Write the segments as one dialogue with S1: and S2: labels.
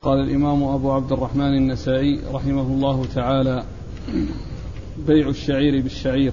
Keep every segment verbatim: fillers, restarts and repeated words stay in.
S1: قال الإمام أبو عبد الرحمن النسائي رحمه الله تعالى: بيع الشعير بالشعير.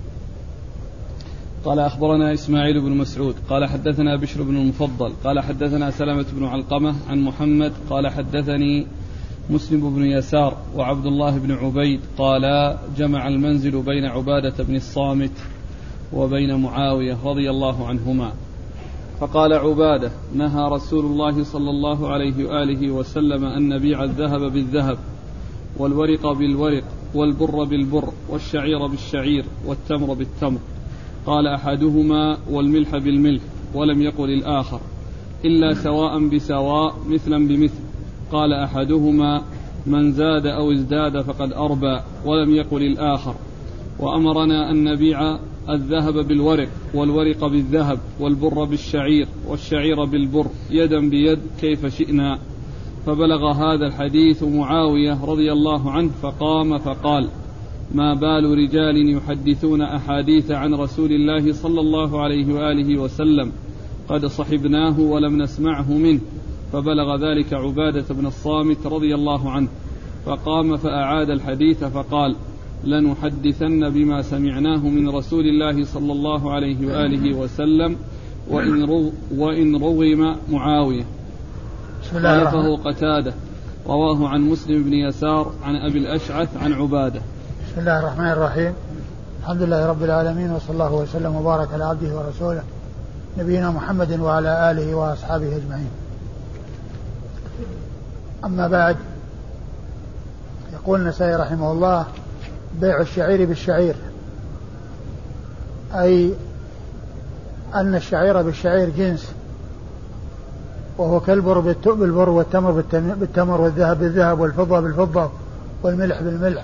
S1: قال أخبرنا إسماعيل بن مسعود قال حدثنا بشر بن المفضل قال حدثنا سلمة بن علقمة عن محمد قال حدثني مسلم بن يسار وعبد الله بن عبيد قال جمع المنزل بين عبادة بن الصامت وبين معاوية رضي الله عنهما. فقال عبادة: نهى رسول الله صلى الله عليه وآله وسلم أن نبيع الذهب بالذهب والورق بالورق والبر بالبر والشعير بالشعير والتمر بالتمر. قال أحدهما: والملح بالملح، ولم يقل الآخر: إلا سواء بسواء مثلا بمثل. قال أحدهما: من زاد أو ازداد فقد أربى، ولم يقل الآخر. وأمرنا أن نبيع الذهب بالورق والورق بالذهب والبر بالشعير والشعير بالبر يدا بيد كيف شئنا. فبلغ هذا الحديث معاوية رضي الله عنه فقام فقال: ما بال رجال يحدثون أحاديث عن رسول الله صلى الله عليه وآله وسلم قد صحبناه ولم نسمعه منه. فبلغ ذلك عبادة بن الصامت رضي الله عنه فقام فأعاد الحديث فقال: لنحدثن بما سمعناه من رسول الله صلى الله عليه وآله وسلم وإن, رو وإن رغم معاوية. خالفه قتادة رواه عن مسلم بن يسار عن أبي الأشعث عن عبادة.
S2: بسم الله الرحمن الرحيم. الحمد لله رب العالمين، وصلى الله وسلم وبارك على عبده ورسوله نبينا محمد وعلى آله وأصحابه أجمعين. أما بعد، يقول النسائي رحمه الله: بيع الشعير بالشعير، أي أن الشعير بالشعير جنس، وهو كالبر بالبر والتمر بالتمر والذهب بالذهب والفضة بالفضة والملح بالملح،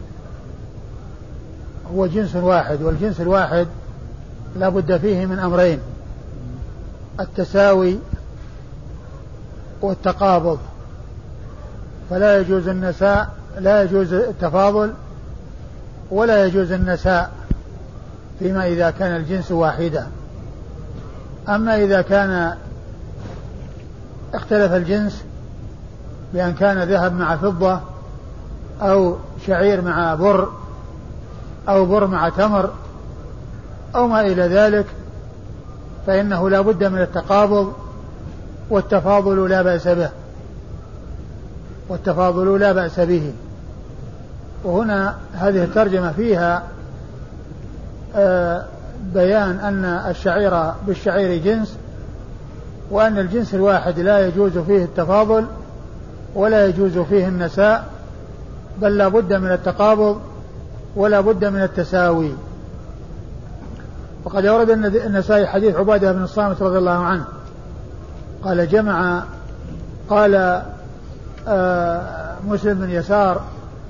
S2: هو جنس واحد. والجنس الواحد لا بد فيه من أمرين: التساوي والتقابض. فلا يجوز النساء، لا يجوز التفاضل ولا يجوز النساء فيما إذا كان الجنس واحدا. أما إذا كان اختلف الجنس بأن كان ذهب مع فضة أو شعير مع بر أو بر مع تمر أو ما إلى ذلك، فإنه لا بد من التقابض، والتفاضل لا بأس به والتفاضل لا بأس به. وهنا هذه الترجمة فيها بيان أن الشعير بالشعير جنس، وأن الجنس الواحد لا يجوز فيه التفاضل ولا يجوز فيه النساء، بل لا بد من التقابض ولا بد من التساوي. وقد أورد النسائي حديث عبادة بن الصامت رضي الله عنه قال جمع قال آه مسلم بن يسار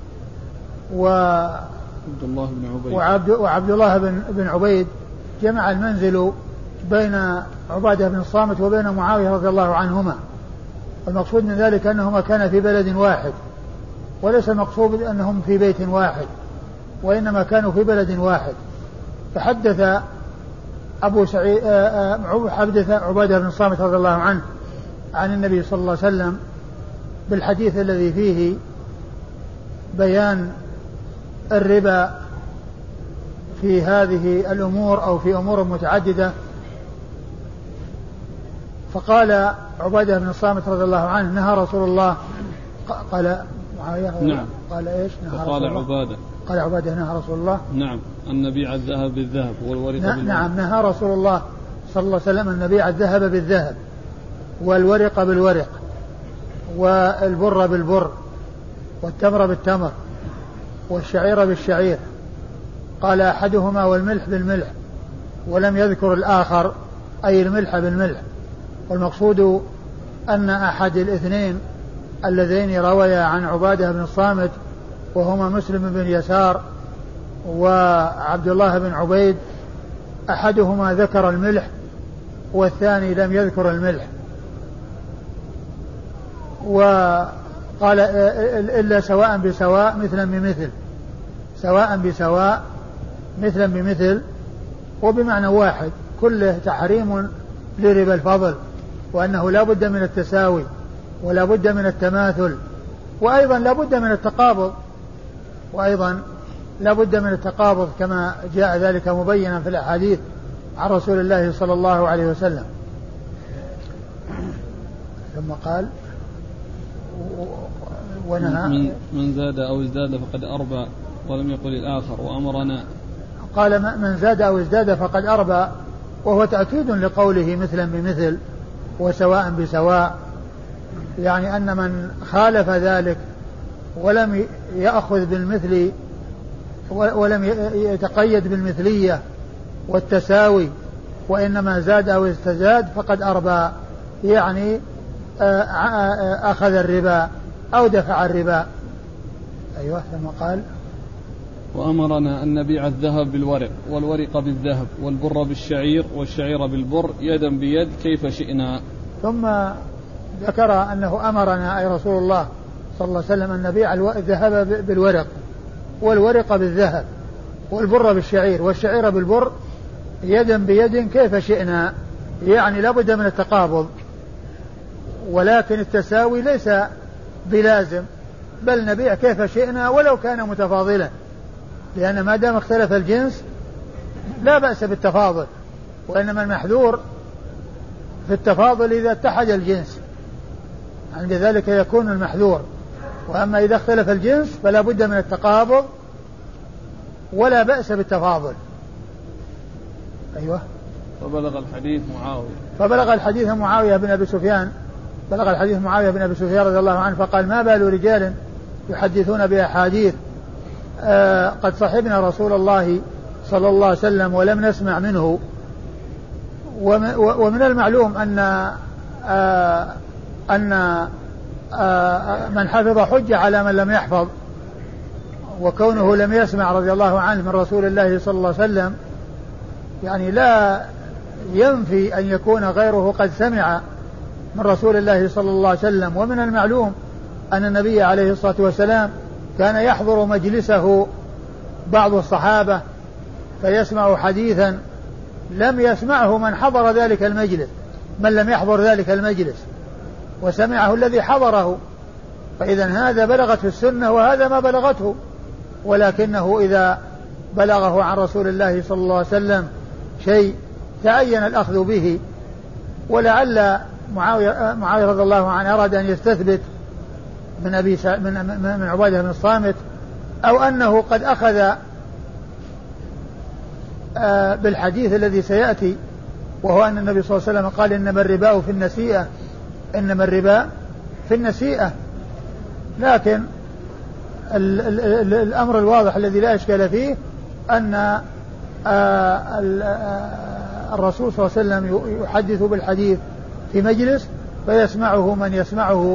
S2: وعبد
S1: الله بن عبيد
S2: وعبد, وعبد الله بن, بن عبيد جمع المنزل بين عبادة بن الصامت وبين معاوية رضي الله عنهما. المقصود من ذلك أنهما كانا في بلد واحد، وليس المقصود أنهم في بيت واحد، وإنما كانوا في بلد واحد. فحدث أبو سعيد حدث عبادة بن الصامت رضي الله عنه عن النبي صلى الله عليه وسلم بالحديث الذي فيه بيان الربا في هذه الأمور أو في أمور متعددة. فقال عبادة بن الصامت رضي الله عنه: نهى رسول الله. قال معاوية
S1: نعم.
S2: قال إيش؟ نهى
S1: قال عبادة
S2: قال عبادة نهى رسول الله
S1: نعم أن نبيع الذهب بالذهب والورق بالورق.
S2: نعم نهى رسول الله صلى الله عليه وسلم أن نبيع الذهب بالذهب والورق بالورق والبر بالبر والتمر بالتمر والشعير بالشعير. قال أحدهما: والملح بالملح، ولم يذكر الآخر، أي الملح بالملح. والمقصود أن أحد الاثنين اللذين رويا عن عبادة بن الصامت وهما مسلم بن يسار وعبد الله بن عبيد، أحدهما ذكر الملح والثاني لم يذكر الملح. وقال: إلا سواء بسواء مثلا بمثل، سواء بسواء مثلا بمثل، وبمعنى واحد، كله تحريم لربا الفضل، وأنه لا بد من التساوي ولا بد من التماثل، وأيضا لا بد من التقابض، وأيضا لا بد من التقابض كما جاء ذلك مبينا في الأحاديث عن رسول الله صلى الله عليه وسلم. ثم قال ونهى
S1: من, من زاد أو ازداد فقد أربى ولم يقل الآخر وأمرنا.
S2: قال من زاد أو ازداد فقد أربى، وهو تأكيد لقوله مثلا بمثل وسواء بسواء، يعني أن من خالف ذلك ولم يأخذ بالمثل ولم يتقيد بالمثلية والتساوي وإنما زاد أو استزاد فقد أربى، يعني أخذ الربا أو دفع الربا. أيوة. ثم قال
S1: وأمرنا أن نبيع الذهب بالورق والورق بالذهب والبر بالشعير والشعير بالبر يدا بيد كيف شئنا.
S2: ثم ذكر أنه أمرنا أي رسول الله صلى الله عليه وسلم أن نبيع الذهب بالورق والورق بالذهب والبر بالشعير والشعير بالبر يدا بيد كيف شئنا، يعني لا بد من التقابض، ولكن التساوي ليس بلازم، بل نبيع كيف شئنا ولو كان متفاضلا، لأن ما دام اختلف الجنس لا بأس بالتفاضل، وإنما المحذور في التفاضل إذا اتحد الجنس، عند ذلك يكون المحذور، وأما إذا اختلف الجنس فلا بد من التقابض ولا بأس بالتفاضل. أيوة.
S1: فبلغ الحديث معاوية
S2: فبلغ الحديث معاوية بن أبي سفيان بلغ الحديث معاوية بن أبي سفيان رضي الله عنه فقال ما بال رجال يحدثون بأحاديث آه قد صحبنا رسول الله صلى الله عليه وسلم ولم نسمع منه. ومن المعلوم أن آه أن آه من حفظ حجة على من لم يحفظ، وكونه لم يسمع رضي الله عنه من رسول الله صلى الله عليه وسلم يعني لا ينفي أن يكون غيره قد سمع من رسول الله صلى الله عليه وسلم. ومن المعلوم أن النبي عليه الصلاة والسلام كان يحضر مجلسه بعض الصحابة فيسمع حديثا لم يسمعه من حضر ذلك المجلس، من لم يحضر ذلك المجلس، وسمعه الذي حضره، فإذا هذا بلغته السنة وهذا ما بلغته، ولكنه إذا بلغه عن رسول الله صلى الله عليه وسلم شيء تعين الأخذ به. ولعل معاوية, معاوية رضي الله عنه أراد أن يستثبت من, أبي من, من عبادة بن الصامت أو أنه قد أخذ بالحديث الذي سيأتي، وهو أن النبي صلى الله عليه وسلم قال إنما الربا في النسيئة إنما الربا في النسيئة. لكن ال ال ال الأمر الواضح الذي لا إشكال فيه أن الرسول صلى الله عليه وسلم يحدث بالحديث في مجلس فيسمعه من يسمعه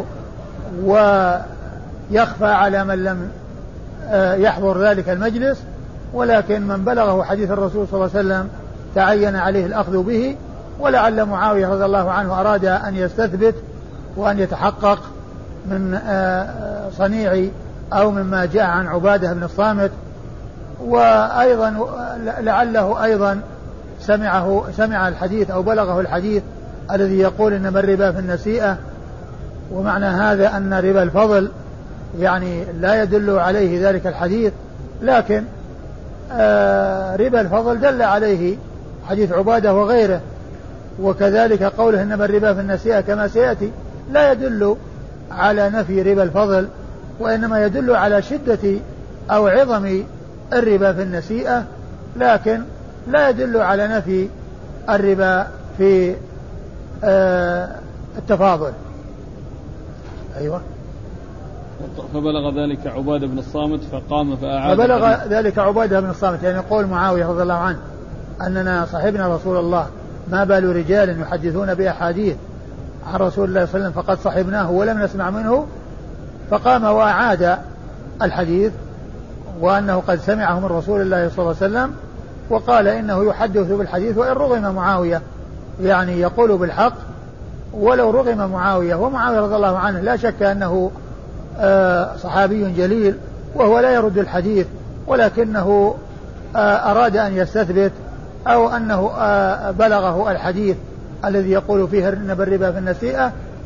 S2: ويخفى على من لم يحضر ذلك المجلس، ولكن من بلغه حديث الرسول صلى الله عليه وسلم تعين عليه الأخذ به. ولعل معاوية رضي الله عنه أراد أن يستثبت وأن يتحقق من صنيع أو مما جاء عن عبادة بن الصامت، وأيضا لعله أيضا سمعه سمع الحديث أو بلغه الحديث الذي يقول إنما الربا في النسيئة، ومعنى هذا أن ربا الفضل يعني لا يدل عليه ذلك الحديث، لكن آه ربا الفضل دل عليه حديث عبادة وغيره، وكذلك قوله إنما الربا في النسيئة كما سيأتي لا يدل على نفي ربا الفضل، وإنما يدل على شدة أو عظم الربا في النسيئة، لكن لا يدل على نفي الربا في آه التفاضل. أيوة.
S1: فبلغ ذلك عبادة بن الصامت فقام فأعاد.
S2: فبلغ ذلك عبادة بن الصامت يعني يقول معاوية رضي الله عنه أننا صحبنا رسول الله ما بال رجال يحدثون بأحاديث عن رسول الله صلى الله عليه وسلم فقد صحبناه ولم نسمع منه، فقام وأعاد الحديث وأنه قد سمعه من رسول الله صلى الله عليه وسلم، وقال إنه يحدث بالحديث وإن رغم معاوية، يعني يقول بالحق ولو رغم معاوية. ومعاوية رضي الله عنه لا شك أنه صحابي جليل وهو لا يرد الحديث، ولكنه أراد أن يستثبت أو أنه بلغه الحديث الذي يقول فيه إنما الربا في النسيئة،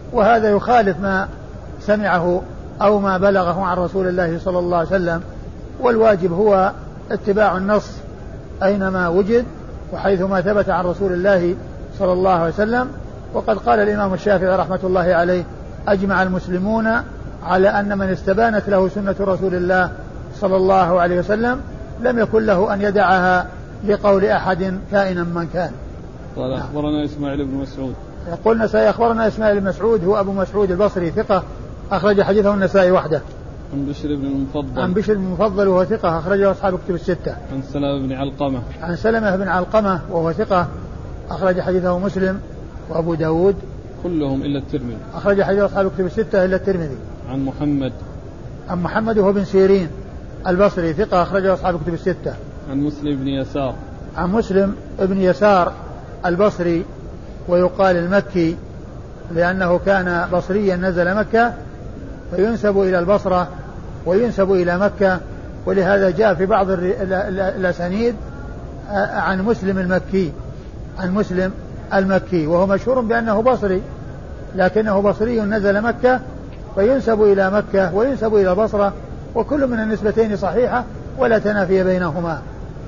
S2: وهذا يخالف ما سمعه أو ما بلغه عن رسول الله صلى الله عليه وسلم. والواجب هو اتباع النص أينما وجد وحيثما ثبت عن رسول الله صلى الله عليه وسلم. وقد قال الإمام الشافعي رحمة الله عليه: أجمع المسلمون على أن من استبانت له سنة رسول الله صلى الله عليه وسلم لم يكن له أن يدعها لقول أحد كائنا من كان.
S1: قال أخبرنا إسماعيل بن مسعود.
S2: يقول النسائي أخبرنا إسماعيل بن مسعود هو أبو مسعود البصري ثقة أخرج حديثه النسائي وحده.
S1: عن بشر بن المفضل.
S2: عن بشر بن المفضل وهو ثقة أخرجه أصحاب كتب الستة.
S1: عن سلمة بن علقمة.
S2: عن سلمة بن علقمة وهو ثقة أخرج حديثه مسلم وأبو داود
S1: كلهم إلا الترمذي.
S2: أخرج حديث أصحاب كتب الستة إلا الترمذي.
S1: عن محمد.
S2: عن محمد وهو بن سيرين البصري ثقة أخرجه أصحاب كتب الستة.
S1: عن مسلم بن يسار.
S2: عن مسلم بن يسار البصري ويقال المكي لأنه كان بصريا نزل مكة فينسب إلى البصرة وينسب إلى مكة. ولهذا جاء في بعض الأسانيد عن مسلم المكي عن مسلم المكي وهو مشهور بأنه بصري لكنه بصري نزل مكة فينسب إلى مكة وينسب إلى البصرة وكل من النسبتين صحيحة ولا تنافي بينهما.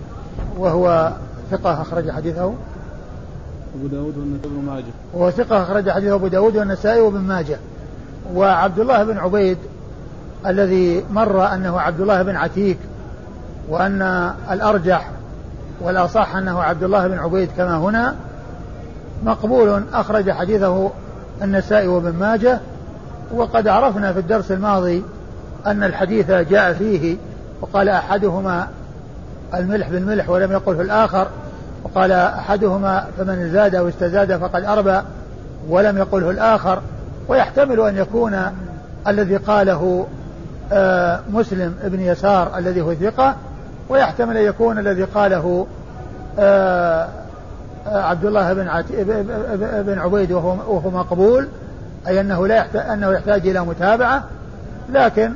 S2: وهو ثقة أخرج حديثه
S1: أبو داود والنسائي وابن ماجه.
S2: وهو ثقة أخرج حديثه أبو داود والنسائي وابن ماجه. وعبد الله بن عبيد الذي مر أنه عبد الله بن عتيك وأن الأرجح والأصح أنه عبد الله بن عبيد كما هنا مقبول أخرج حديثه النسائي وابن ماجه. وقد عرفنا في الدرس الماضي أن الحديث جاء فيه وقال أحدهما الملح بالملح ولم يقل في الآخر وقال أحدهما فمن زاد أو استزاد فقد أربى ولم يقل في الآخر. ويحتمل أن يكون الذي قاله آه مسلم ابن يسار الذي هو ثقة ويحتمل أن يكون الذي قاله آه آه عبد الله بن, عتي... بن عبيد وهو, وهو مقبول أي أنه, لا يحتاج... أنه يحتاج إلى متابعة. لكن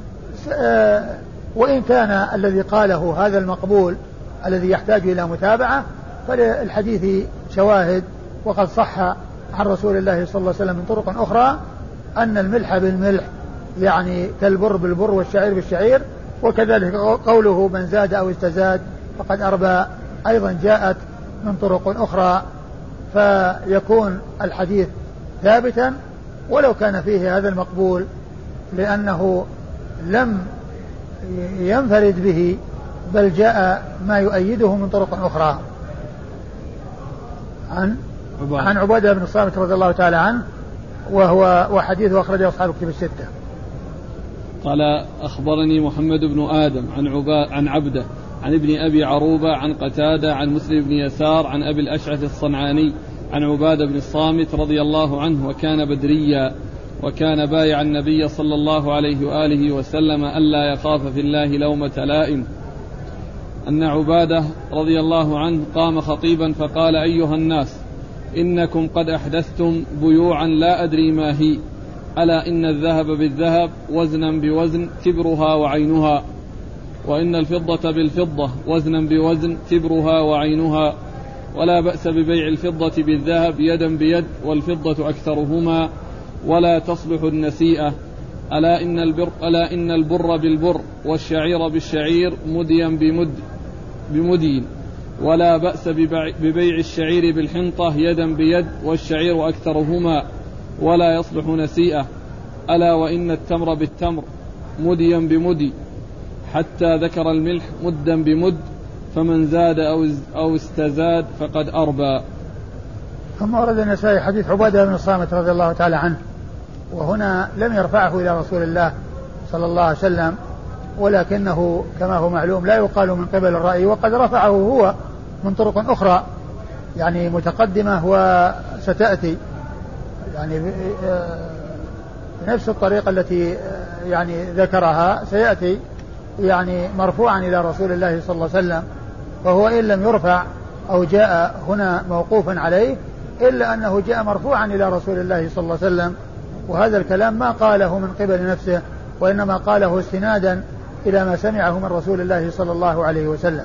S2: آه وإن كان الذي قاله هذا المقبول الذي يحتاج إلى متابعة فالحديث شواهد وقد صح عن رسول الله صلى الله عليه وسلم من طرق أخرى أن الملح بالملح يعني كالبر بالبر والشعير بالشعير. وكذلك قوله من زاد أو استزاد فقد أربى أيضا جاءت من طرق أخرى فيكون الحديث ثابتا ولو كان فيه هذا المقبول لأنه لم ينفرد به بل جاء ما يؤيده من طرق أخرى. عن عبادة. عن عبادة بن الصامت رضي الله تعالى عنه وهو وحديثه أخرجه أصحاب كتب الستة.
S1: قال أخبرني محمد بن آدم عن عبا عن عبده عن ابن أبي عروبة عن قتادة عن مسلم بن يسار عن أبي الأشعث الصنعاني عن عبادة بن الصامت رضي الله عنه وكان بدريا وكان بايع النبي صلى الله عليه وآله وسلم ألا يخاف في الله لومة لائم أن عبادة رضي الله عنه قام خطيبا فقال أيها الناس إنكم قد أحدثتم بيوعا لا أدري ما هي ألا إن الذهب بالذهب وزنا بوزن تبرها وعينها وإن الفضة بالفضة وزنا بوزن تبرها وعينها ولا بأس ببيع الفضة بالذهب يدا بيد والفضة أكثرهما ولا تصلح النسيئة ألا إن البر, ألا إن البر بالبر والشعير بالشعير مديا بمد بمدين ولا بأس ببيع الشعير بالحنطة يدا بيد والشعير أكثرهما ولا يصلح نسيئة ألا وإن التمر بالتمر مديا بمدي حتى ذكر الملح مدا بمد فمن زاد أو استزاد فقد أربى.
S2: ثم ورد النسائي حديث عبادة بن الصامت رضي الله تعالى عنه وهنا لم يرفعه إلى رسول الله صلى الله عليه وسلم ولكنه كما هو معلوم لا يقال من قبل الرأي وقد رفعه هو من طرق أخرى يعني متقدمة وستأتي يعني بنفس الطريقة التي يعني ذكرها سيأتي يعني مرفوعا إلى رسول الله صلى الله عليه وسلم. فهو إن لم يرفع أو جاء هنا موقوفا عليه إلا أنه جاء مرفوعا إلى رسول الله صلى الله عليه وسلم وهذا الكلام ما قاله من قبل نفسه وإنما قاله استنادا إلى ما سمعه من رسول الله صلى الله عليه وسلم.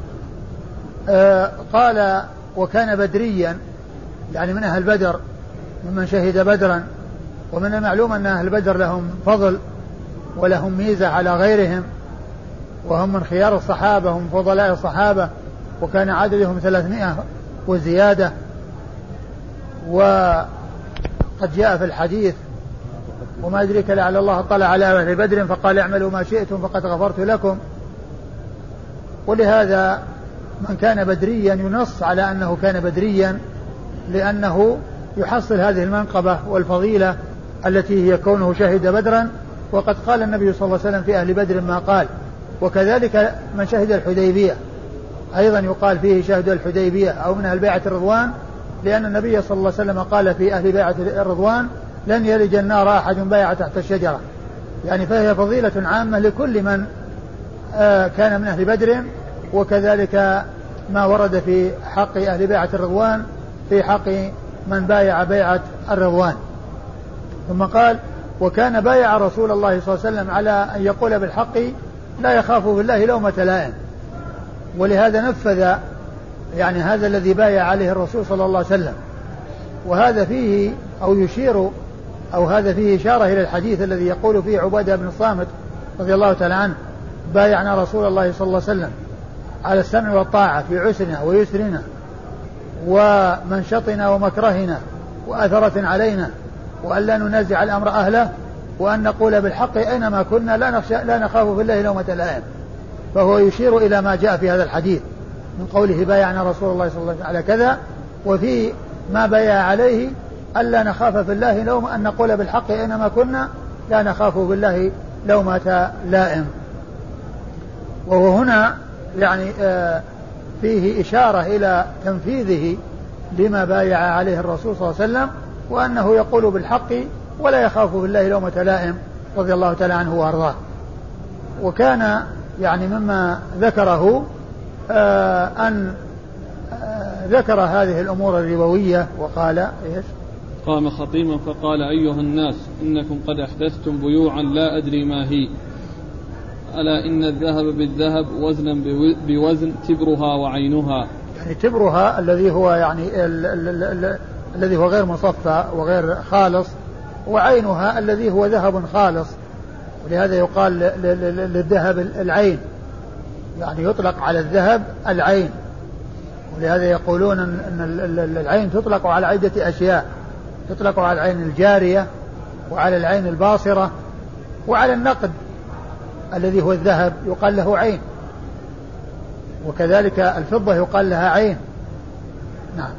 S2: آه قال وكان بدريا يعني من أهل بدر ممن شهد بدرا. ومن المعلوم أن أهل بدر لهم فضل ولهم ميزة على غيرهم، وهم من خيار الصحابة، هم فضلاء الصحابة، وكان عددهم ثلاثمائة وزيادة. وقد جاء في الحديث: وما أدريك لعل الله اطلع على أهل بدر فقال اعملوا ما شئتم فقد غفرت لكم. ولهذا من كان بدريا ينص على أنه كان بدريا، لأنه يحصل هذه المنقبة والفضيلة التي هي كونه شهد بدرا. وقد قال النبي صلى الله عليه وسلم في أهل بدر ما قال. وكذلك من شهد الحديبية أيضا يقال فيه شهد الحديبية أو من أهل بيعة الرضوان، لأن النبي صلى الله عليه وسلم قال في أهل بيعة الرضوان: لن يلج النار أحد بايع تحت الشجرة. يعني فهي فضيلة عامة لكل من كان من أهل بدر. وكذلك ما ورد في حق أهل بيعة الرضوان في حق من بايع بيعة الرضوان. ثم قال: وكان بايع رسول الله صلى الله عليه وسلم على أن يقول بالحق لا يخاف في الله لومة لائم. ولهذا نفذ يعني هذا الذي بايع عليه الرسول صلى الله عليه وسلم. وهذا فيه أو يشير أو هذا فيه إشارة إلى الحديث الذي يقول فيه عبادة بن الصامت رضي الله تعالى عنه: بايعنا رسول الله صلى الله عليه وسلم على السمع والطاعة في عسرنا ويسرنا ومنشطنا ومكرهنا وأثرة علينا، وأن لا ننازع الأمر أهله، وأن نقول بالحق أينما كنا لا, نخشى لا نخاف في الله لومة لائم. فهو يشير إلى ما جاء في هذا الحديث من قوله: بايعنا رسول الله صلى الله عليه وسلم على كذا، وفي ما بايع عليه ألا نخاف في الله لوم أن نقول بالحق أينما كنا لا نخاف بالله لومة لائم. وهو هنا يعني آه فيه إشارة إلى تنفيذه لما بايع عليه الرسول صلى الله عليه وسلم، وأنه يقول بالحق ولا يخاف بالله لومة لائم رضي الله تعالى عنه وأرضاه. وكان يعني مما ذكره آه أن آه ذكر هذه الأمور الربوية وقال إيش؟
S1: قام خطيما فقال: أيها الناس إنكم قد أحدثتم بيوعا لا أدري ما هي، ألا إن الذهب بالذهب وزنا بوزن تبرها وعينها.
S2: يعني تبرها الذي هو يعني ال ال ال ال الذي هو غير مصفى وغير خالص، وعينها الذي هو ذهب خالص. ولهذا يقال للذهب العين، يعني يطلق على الذهب العين. ولهذا يقولون أن العين تطلق على عدة أشياء: تطلق على العين الجارية، وعلى العين الباصرة، وعلى النقد الذي هو الذهب يقال له عين، وكذلك الفضة يقال لها عين. نعم.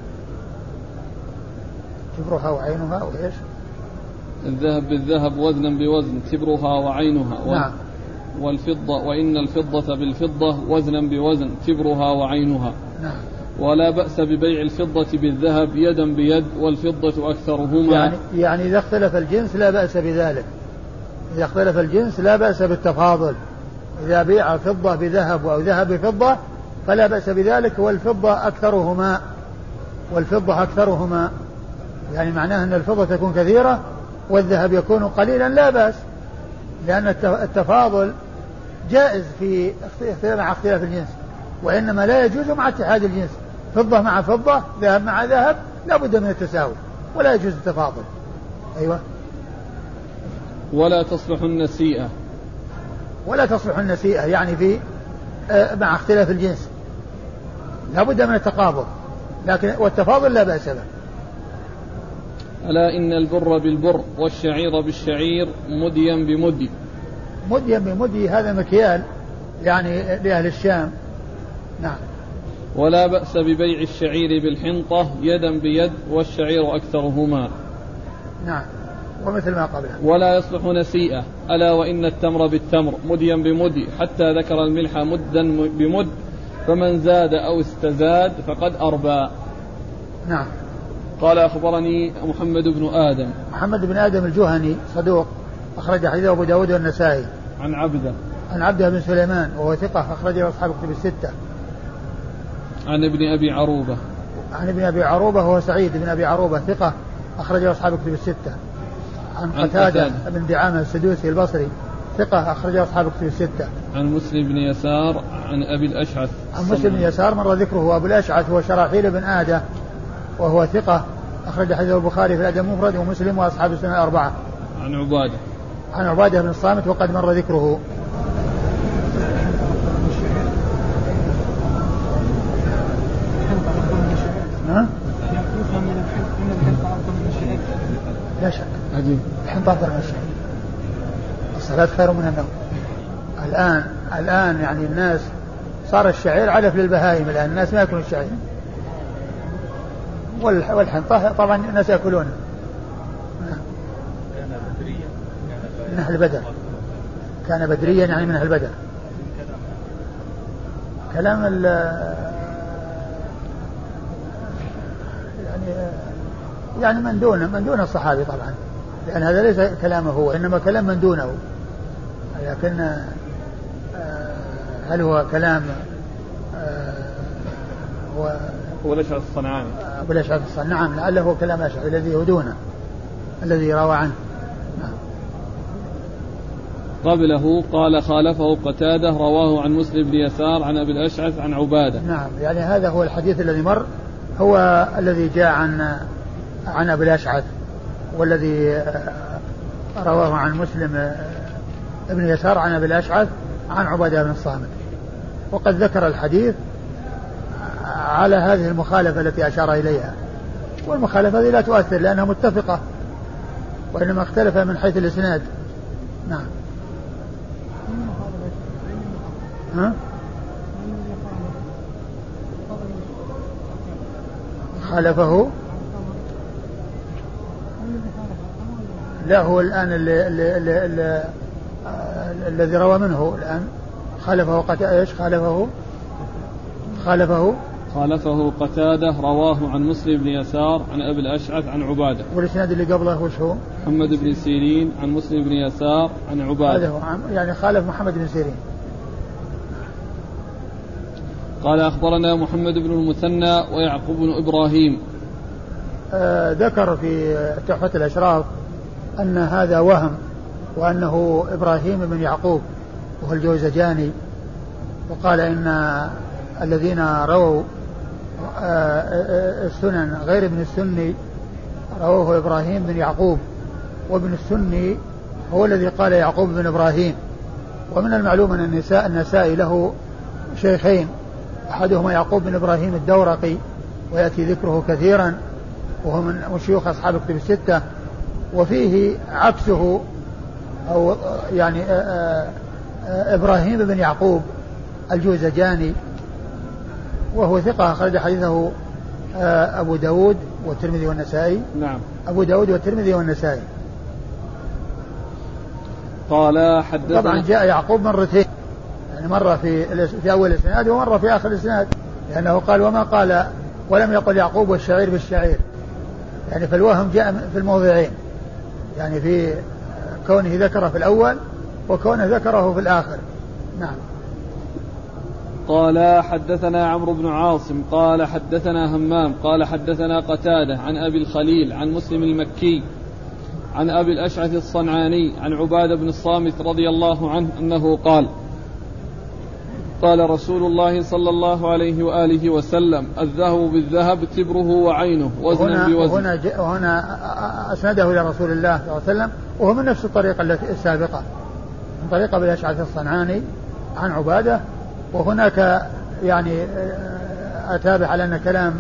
S2: تبرها وعينها وإيش؟
S1: الذهب بالذهب وزنا بوزن تبرها وعينها.
S2: نعم.
S1: والفضة وإن الفضة بالفضة وزنا بوزن تبرها وعينها.
S2: نعم.
S1: ولا بأس ببيع الفضة بالذهب يدا بيد والفضة أكثرهما.
S2: يعني, يعني إذا اختلف الجنس لا بأس بذلك، إذا اختلف الجنس لا بأس بالتفاضل. إذا بيع فضة بذهب أو ذهب بفضة فلا بأس بذلك، والفضة أكثرهما والفضة أكثرهما يعني معناه أن الفضة تكون كثيرة والذهب يكون قليلا لا بأس، لأن التفاضل جائز في مع اختلاف الجنس، وإنما لا يجوز مع اتحاد الجنس. فضة مع فضة، ذهب مع ذهب، لا بد من التساوي ولا يجوز التفاضل. أيوة.
S1: ولا تصلح النسيئة.
S2: ولا تصلح النسيئة يعني في آه مع اختلاف الجنس لا بد من التقابض، لكن والتفاضل لا بأس به.
S1: ألا إن البر بالبر والشعير بالشعير مديا بمدي.
S2: مديا بمدي هذا مكيال يعني لأهل الشام. نعم.
S1: ولا بأس ببيع الشعير بالحنطة يدا بيد والشعير أكثرهما.
S2: نعم. ومثل ما قبله.
S1: ولا يصلح نسيئة. ألا وإن التمر بالتمر مديا بمدي، حتى ذكر الملح مدا بمد، فمن زاد أو استزاد فقد أربى.
S2: نعم.
S1: قال: أخبرني محمد بن آدم.
S2: محمد بن آدم الجهني صدوق، أخرج حديثه أبو داود والنسائي.
S1: عن عبده.
S2: عن عبده بن سليمان وهو ثقة، أخرجه أصحاب الكتب الستة.
S1: عن ابن أبي عروبة.
S2: عن ابن أبي عروبة وهو سعيد بن أبي عروبة ثقة، أخرجه أصحاب الكتب الستة. عن قتادة بن دعامة السدوسي البصري ثقة، أخرجه أصحاب الكتب الستة.
S1: عن مسلم بن يسار عن أبي الأشعث.
S2: عن مسلم بن يسار مر ذكره. أبو الأشعث هو شراحيل بن آدة وهو ثقة، أخرج حديث البخاري في الأدب المفرد ومسلم وأصحاب السنة الأربعة.
S1: عن عبادة
S2: عن عبادة بن الصامت وقد مر ذكره. ها؟ لا شك الحنطة أفضل من الشعير. الصلاة خير من النوم. الآن الآن يعني الناس صار الشعير علف للبهائم، الآن الناس ما يأكلون الشعير، والحنطة طبعا الناس يأكلونه. من أهل بدر، كان بدريا يعني من أهل بدر. كلام ال يعني يعني من دونه من دون الصحابي طبعا، لأن هذا ليس كلامه هو، إنما كلام من دونه. لكن هل هو كلام هو
S1: هو الأشعث الصنعاني؟
S2: أبو الأشعث الصنعاني، نعم، لعله هو كلام الأشعث الذي هو دونه، الذي روى عنه. نعم.
S1: قبله قال خالفه قتادة رواه عن مسلم بن يسار عن أبي الأشعث عن عبادة.
S2: نعم، يعني هذا هو الحديث الذي مر، هو الذي جاء عن عن أبي الأشعث، والذي رواه عن مسلم ابن يسار عن أبي الأشعث عن عبادة بن الصامت. وقد ذكر الحديث على هذه المخالفة التي أشار إليها، والمخالفة هذه لا تؤثر لأنها متفقة، وإنما اختلف من حيث الإسناد. نعم. ها؟ خالفه لا هو الآن اللي اللي اللي اللي الذي روى منه الآن خالفه قد ايش خالفه خالفه
S1: خالفه قتادة رواه عن مسلم بن يسار عن أبي الأشعث عن عبادة.
S2: والإسناد اللي قبله وش هو؟
S1: محمد بن سيرين عن مسلم بن يسار عن عبادة.
S2: هذا هو يعني خالف محمد بن سيرين.
S1: قال أخبرنا محمد بن المثنى ويعقوب بن إبراهيم.
S2: آه ذكر في تحفة الأشراف أن هذا وهم، وأنه إبراهيم بن يعقوب وهو الجوزجاني، وقال إن الذين رووا السنن غير ابن السني رواه إبراهيم بن يعقوب، وابن السني هو الذي قال يعقوب بن إبراهيم. ومن المعلوم أن النساء النسائي له شيخين، أحدهما يعقوب بن إبراهيم الدورقي ويأتي ذكره كثيرا وهو من شيوخ أصحاب الكتب الستة، وفيه عكسه أو يعني إبراهيم بن يعقوب الجوزجاني، وهو ثقة أخرج حديثه أبو داود والترمذي والنسائي.
S1: نعم.
S2: أبو داود والترمذي والنسائي.
S1: قال حدثنا.
S2: طبعا جاء يعقوب مرتين، يعني مرة في في أول الإسناد ومرة في آخر الإسناد، لأنه قال وما قال ولم يقل يعقوب والشعير بالشعير، يعني فالوهم جاء في الموضعين، يعني في كونه ذكره في الأول وكونه ذكره في الآخر. نعم.
S1: قال حدثنا عمرو بن عاصم قال حدثنا همام قال حدثنا قتادة عن أبي الخليل عن مسلم المكي عن أبي الأشعث الصنعاني عن عبادة بن الصامت رضي الله عنه أنه قال قال رسول الله صلى الله عليه وآله وسلم الذهب بالذهب تبره وعينه وزنا بوزن.
S2: وهنا, وهنا أسنده إلى رسول الله صلى الله عليه وسلم، وهو من نفس الطريقة السابقة، من طريقة أبي الأشعث الصنعاني عن عبادة. وهناك يعني أتابع على أن كلام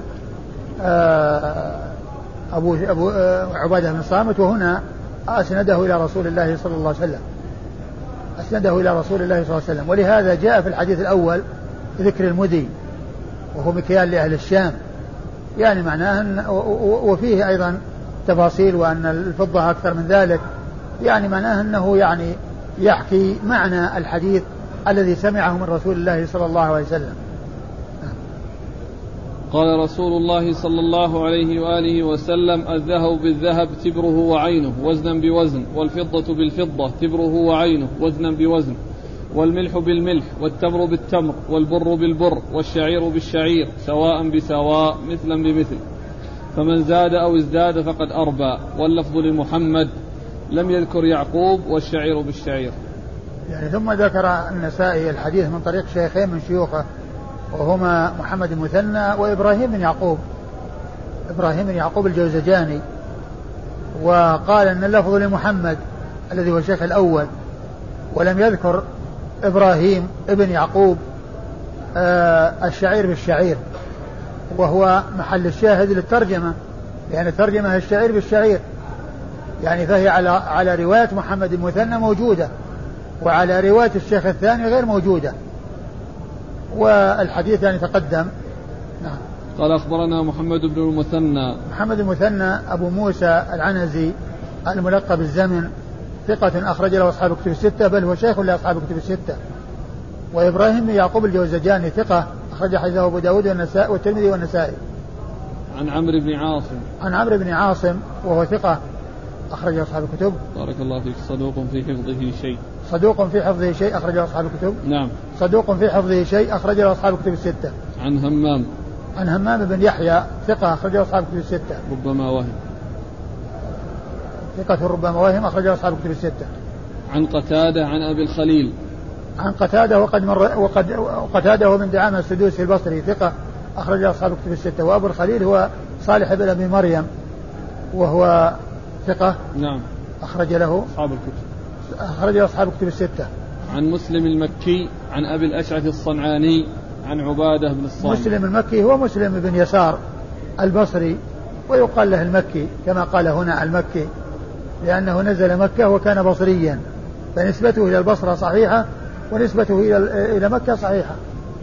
S2: أبو, أبو عبادة بن صامت، وهنا أسنده إلى رسول الله صلى الله عليه وسلم، أسنده إلى رسول الله صلى الله عليه وسلم. ولهذا جاء في الحديث الأول ذكر المدي وهو مكيال لأهل الشام، يعني معناه أن وفيه أيضا تفاصيل وأن الفضة أكثر من ذلك، يعني معناه أنه يعني يحكي معنى الحديث الذي سمعه من رسول الله صلى الله عليه وسلم.
S1: قال رسول الله صلى الله عليه وآله وسلم الذهب بالذهب تبره وعينه وزنا بوزن، والفضة بالفضة تبره وعينه وزنا بوزن، والملح بالملح والتمر بالتمر والبر بالبر والشعير بالشعير سواء بسواء مثلا بمثل، فمن زاد أو ازداد فقد أربى. واللفظ لمحمد لم يذكر يعقوب والشعير بالشعير.
S2: يعني ثم ذكر النسائي الحديث من طريق شيخين من شيوخه، وهما محمد المثنى وإبراهيم بن يعقوب إبراهيم بن يعقوب الجوزجاني، وقال أن اللفظ لمحمد الذي هو الشيخ الأول، ولم يذكر إبراهيم ابن يعقوب آه الشعير بالشعير، وهو محل الشاهد للترجمة، لأن الترجمة الشعير بالشعير، يعني فهي على على رواية محمد المثنى موجودة، وعلى رواية الشيخ الثاني غير موجودة، والحديث يعني تقدم. نعم.
S1: قال أخبرنا محمد بن المثنى.
S2: محمد المثنى أبو موسى العنزي الملقب الزمن، ثقة أخرج له أصحاب كتب الستة، بل هو شيخ لأصحاب كتب الستة. وإبراهيم بن يعقوب الجوزجاني ثقة أخرج حديثه أبو داود والنسائي والترمذي والنسائي.
S1: عن عمرو بن عاصم.
S2: عن عمرو بن عاصم وهو ثقة أخرج أصحاب الكتب.
S1: بارك الله فيك. صدوق في حفظه شيء.
S2: صدوق في حفظه شيء أخرج أصحاب الكتب.
S1: نعم.
S2: صدوق في حفظه شيء أخرج أصحاب الكتب الستة.
S1: عن همام.
S2: عن همام بن يحيى ثقة أخرج أصحاب الكتب الستة.
S1: ربما وهم.
S2: ثقة ربما وهم أخرج أصحاب الكتب الستة.
S1: عن قتادة عن أبي الخليل.
S2: عن قتادة وقد مر وقد قتادة من دعامة السدوسي البصري ثقة أخرج أصحاب الكتب الستة. وأبو الخليل هو صالح بن أبي مريم وهو ثقة.
S1: نعم.
S2: أخرج له
S1: أصحاب الكتب.
S2: أخرج أصحاب الكتب الستة.
S1: عن مسلم المكي عن أبي الأشعث الصنعاني عن عبادة بن الصامت.
S2: مسلم المكي هو مسلم بن يسار البصري، ويقال له المكي كما قال هنا المكي، لأنه نزل مكة وكان بصريا، فنسبته إلى البصرة صحيحة ونسبته إلى مكة صحيحة.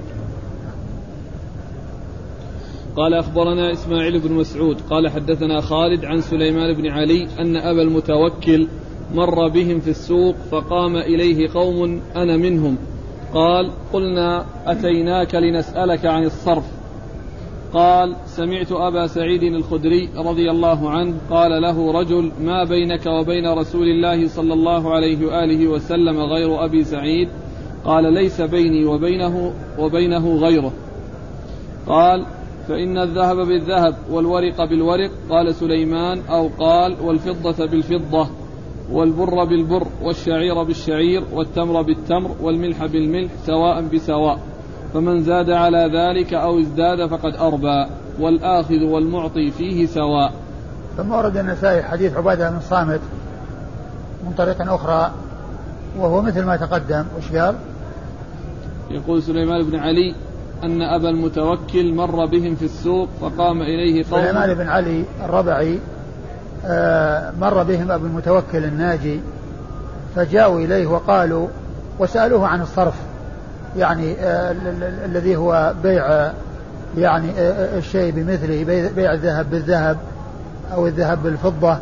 S1: قال أخبرنا إسماعيل بن مسعود قال حدثنا خالد عن سليمان بن علي أن أبا المتوكل مر بهم في السوق فقام إليه قوم أنا منهم، قال قلنا أتيناك لنسألك عن الصرف، قال سمعت أبا سعيد الخدري رضي الله عنه قال له رجل ما بينك وبين رسول الله صلى الله عليه وآله وسلم غير أبي سعيد؟ قال ليس بيني وبينه, وبينه غيره. قال فإن الذهب بالذهب والورق بالورق، قال سليمان أو قال والفضة بالفضة والبر بالبر والشعير بالشعير والتمر بالتمر والملح بالملح سواء بسواء، فمن زاد على ذلك أو ازداد فقد أربى، والآخذ والمعطي فيه سواء.
S2: ثم ورد النسائي حديث عبادة بن الصامت من طريق أخرى وهو مثل ما تقدم. وش قال؟
S1: يقول سليمان بن علي أن أبا المتوكل مر بهم في السوق فقام إليه قوم.
S2: سليمان بن علي الربعي آه مر بهم أبو المتوكل الناجي فجاءوا إليه وقالوا وسألوه عن الصرف، يعني آه الذي هو بيع يعني آه الشيء بمثله، بيع الذهب بالذهب أو الذهب بالفضة،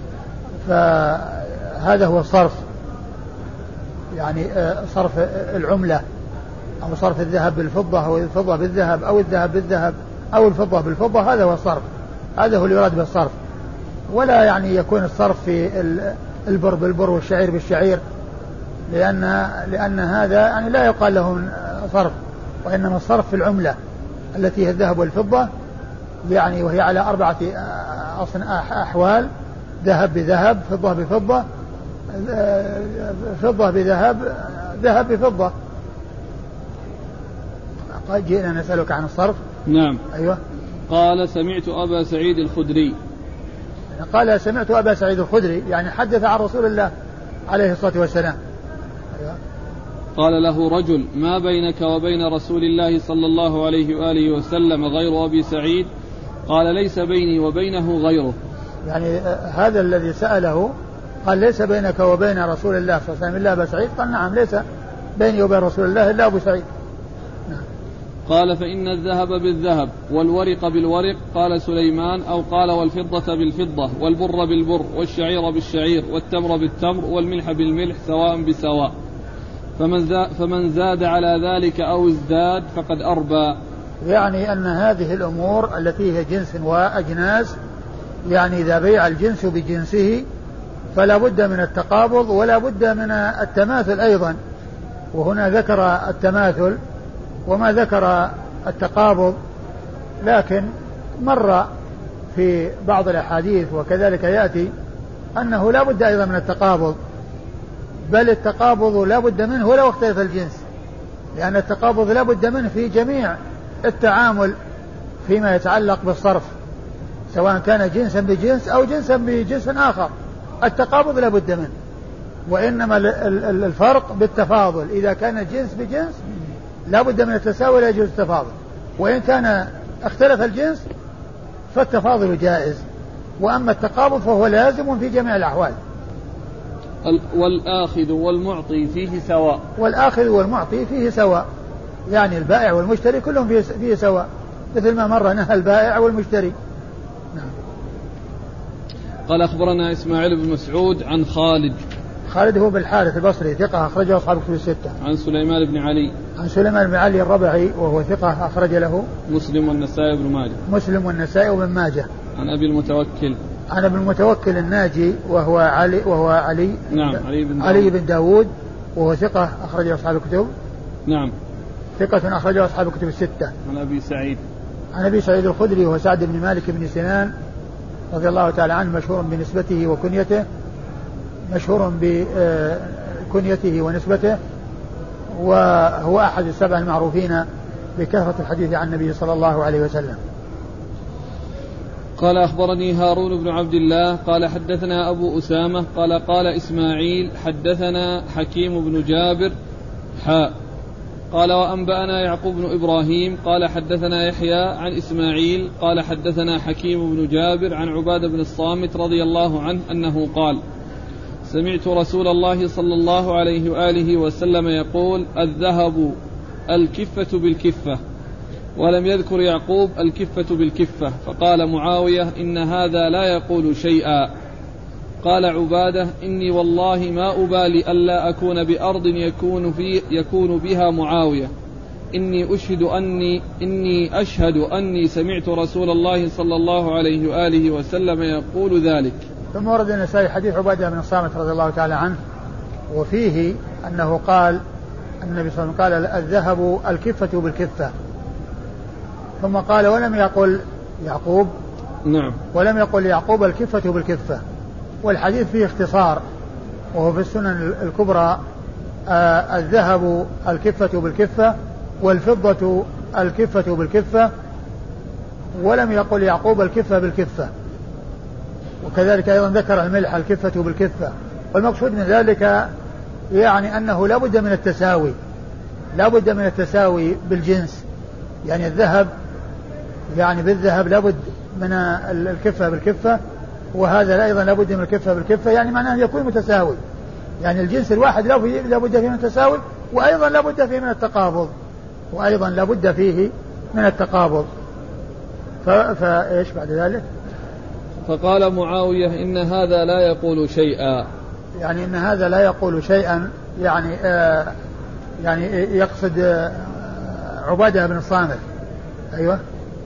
S2: فهذا هو الصرف، يعني آه صرف العملة أو صرف الذهب بالفضة أو الفضة بالذهب أو الذهب بالذهب أو الفضة بالفضة، هذا هو الصرف، هذا هو اللي يراد بالصرف. ولا يعني يكون الصرف في البر بالبر والشعير بالشعير، لأن لأن هذا يعني لا يقال له صرف، وإنما الصرف في العملة التي هي الذهب والفضة، يعني وهي على أربعة أحوال: ذهب بذهب، فضة بفضة، فضة بذهب، ذهب بفضة. قال جئنا نسألك عن الصرف.
S1: نعم.
S2: أيوة.
S1: قال سمعت أبا سعيد الخدري.
S2: قال سمعت أبا سعيد الخدري، يعني حدث عن رسول الله عليه الصلاة والسلام. أيوة.
S1: قال له رجل ما بينك وبين رسول الله صلى الله عليه وآله وسلم غير أبي سعيد؟ قال ليس بيني وبينه غيره.
S2: يعني هذا الذي سأله قال ليس بينك وبين رسول الله صلى الله عليه وسلم إلا أبا سعيد؟ قال نعم، ليس بيني وبين رسول الله إلا أبو سعيد. نعم.
S1: قال فإن الذهب بالذهب والورق بالورق، قال سليمان أو قال والفضة بالفضة والبر بالبر والشعير بالشعير والتمر بالتمر والملح بالملح سواء بسواء، فمن, فمن زاد على ذلك أو ازداد فقد أربى.
S2: يعني أن هذه الأمور التي هي جنس وأجناس، يعني إذا بيع الجنس بجنسه فلا بد من التقابض ولا بد من التماثل أيضا، وهنا ذكر التماثل وما ذكر التقابض، لكن مر في بعض الأحاديث وكذلك يأتي أنه لا بد أيضا من التقابض، بل التقابض لا بد منه ولو اختلف الجنس، لأن التقابض لا بد منه في جميع التعامل فيما يتعلق بالصرف، سواء كان جنسا بجنس أو جنسا بجنس آخر، التقابض لا بد منه، وإنما الفرق بالتفاضل. إذا كان الجنس بجنس لا بد من التساوي، لا يجوز التفاضل، وإن كان اختلف الجنس فالتفاضل جائز، وأما التقابض فهو لازم في جميع الأحوال.
S1: والآخذ والمعطي فيه سواء.
S2: والآخذ والمعطي فيه سواء، يعني البائع والمشتري كلهم فيه, فيه سواء، مثل ما مر نهى البائع والمشتري. نعم.
S1: قال أخبرنا إسماعيل بن مسعود عن خالد.
S2: خالد هو بالحارث البصري ثقة أخرجه أصحاب كتب الستة.
S1: عن سليمان بن علي.
S2: عن سليمان بن علي الربعي وهو ثقة أخرج له
S1: مسلم والنسائي بن ماجه.
S2: مسلم والنسائي وابن ماجه.
S1: عن أبي المتوكل.
S2: عن أبي المتوكل الناجي وهو علي وهو علي
S1: نعم علي بن
S2: علي بن داود وهو ثقة أخرجه أصحاب الكتب.
S1: نعم.
S2: ثقة أخرجه أصحاب الكتب الستة.
S1: عن أبي سعيد.
S2: عن أبي سعيد الخدري وهو سعد بن مالك بن سنان رضي الله تعالى عنه، مشهور بنسبته وكنيته، مشهور بكنيته ونسبته، وهو أحد السبع المعروفين بكثرة الحديث عن النبي صلى الله عليه وسلم.
S1: قال أخبرني هارون بن عبد الله قال حدثنا أبو أسامة قال قال إسماعيل حدثنا حكيم بن جابر حاء قال وأنبأنا يعقوب بن إبراهيم قال حدثنا يحيى عن إسماعيل قال حدثنا حكيم بن جابر عن عبادة بن الصامت رضي الله عنه أنه قال سمعت رسول الله صلى الله عليه وآله وسلم يقول الذهب الكفة بالكفة، ولم يذكر يعقوب الكفة بالكفة، فقال معاوية إن هذا لا يقول شيئا. قال عبادة إني والله ما أبالي ألا أكون بأرض يكون, في يكون بها معاوية، إني أشهد أني, إني أشهد أني سمعت رسول الله صلى الله عليه وآله وسلم يقول ذلك.
S2: ثم ورد النسائي حديث عبادة بن الصامت رضي الله تعالى عنه، وفيه أنه قال النبي صلى الله عليه وسلم قال الذهب الكفة بالكفة، ثم قال ولم يقل يعقوب
S1: نعم
S2: ولم يقل يعقوب الكفة بالكفة. والحديث فيه اختصار، وهو في السنن الكبرى آه الذهب الكفة بالكفة والفضة الكفة بالكفة، ولم يقل يعقوب الكفة بالكفة. وكذلك أيضا ذكر الملح الكفة بالكفة. والمقصود من ذلك يعني أنه لا بد من التساوي، لا بد من التساوي بالجنس، يعني الذهب يعني بالذهب لا بد من الكفة بالكفة، وهذا أيضا لا بد من الكفة بالكفة، يعني معناه أن يكون متساوي، يعني الجنس الواحد لا بد فيه من التساوي، وأيضا لا بد فيه من التقابض وأيضا لا بد فيه من التقابض. فإيش بعد ذلك؟
S1: فقال معاوية إن هذا لا يقول شيئا،
S2: يعني إن هذا لا يقول شيئا، يعني آه يعني يقصد آه عبادة بن الصامت. أيوة.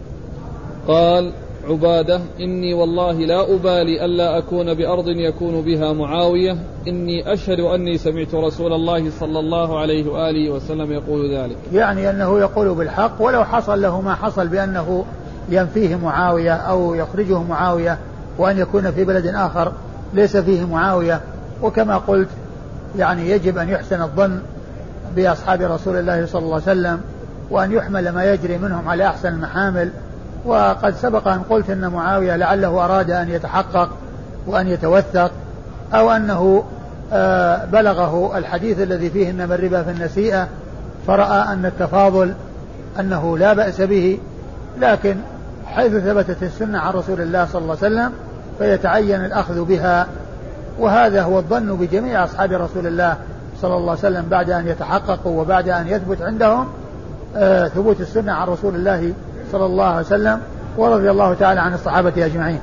S1: قال عبادة إني والله لا أبالي ألا أكون بأرض يكون بها معاوية، إني أشهد أني سمعت رسول الله صلى الله عليه وآله وسلم يقول ذلك،
S2: يعني أنه يقول بالحق ولو حصل له ما حصل بأنه ينفيه معاوية أو يخرجه معاوية، وأن يكون في بلد آخر ليس فيه معاوية. وكما قلت يعني يجب أن يحسن الظن بأصحاب رسول الله صلى الله عليه وسلم، وأن يحمل ما يجري منهم على أحسن المحامل. وقد سبق أن قلت أن معاوية لعله أراد أن يتحقق وأن يتوثق، أو أنه بلغه الحديث الذي فيه إنما الربا في النسيئة، فرأى أن التفاضل أنه لا بأس به، لكن حيث ثبتت السنة عن رسول الله صلى الله عليه وسلم فيتعين الأخذ بها. وهذا هو الظن بجميع أصحاب رسول الله صلى الله عليه وسلم بعد أن يتحققوا وبعد أن يثبت عندهم آه ثبوت السنة عن رسول الله صلى الله عليه وسلم، ورضي الله تعالى عن الصحابة أجمعين.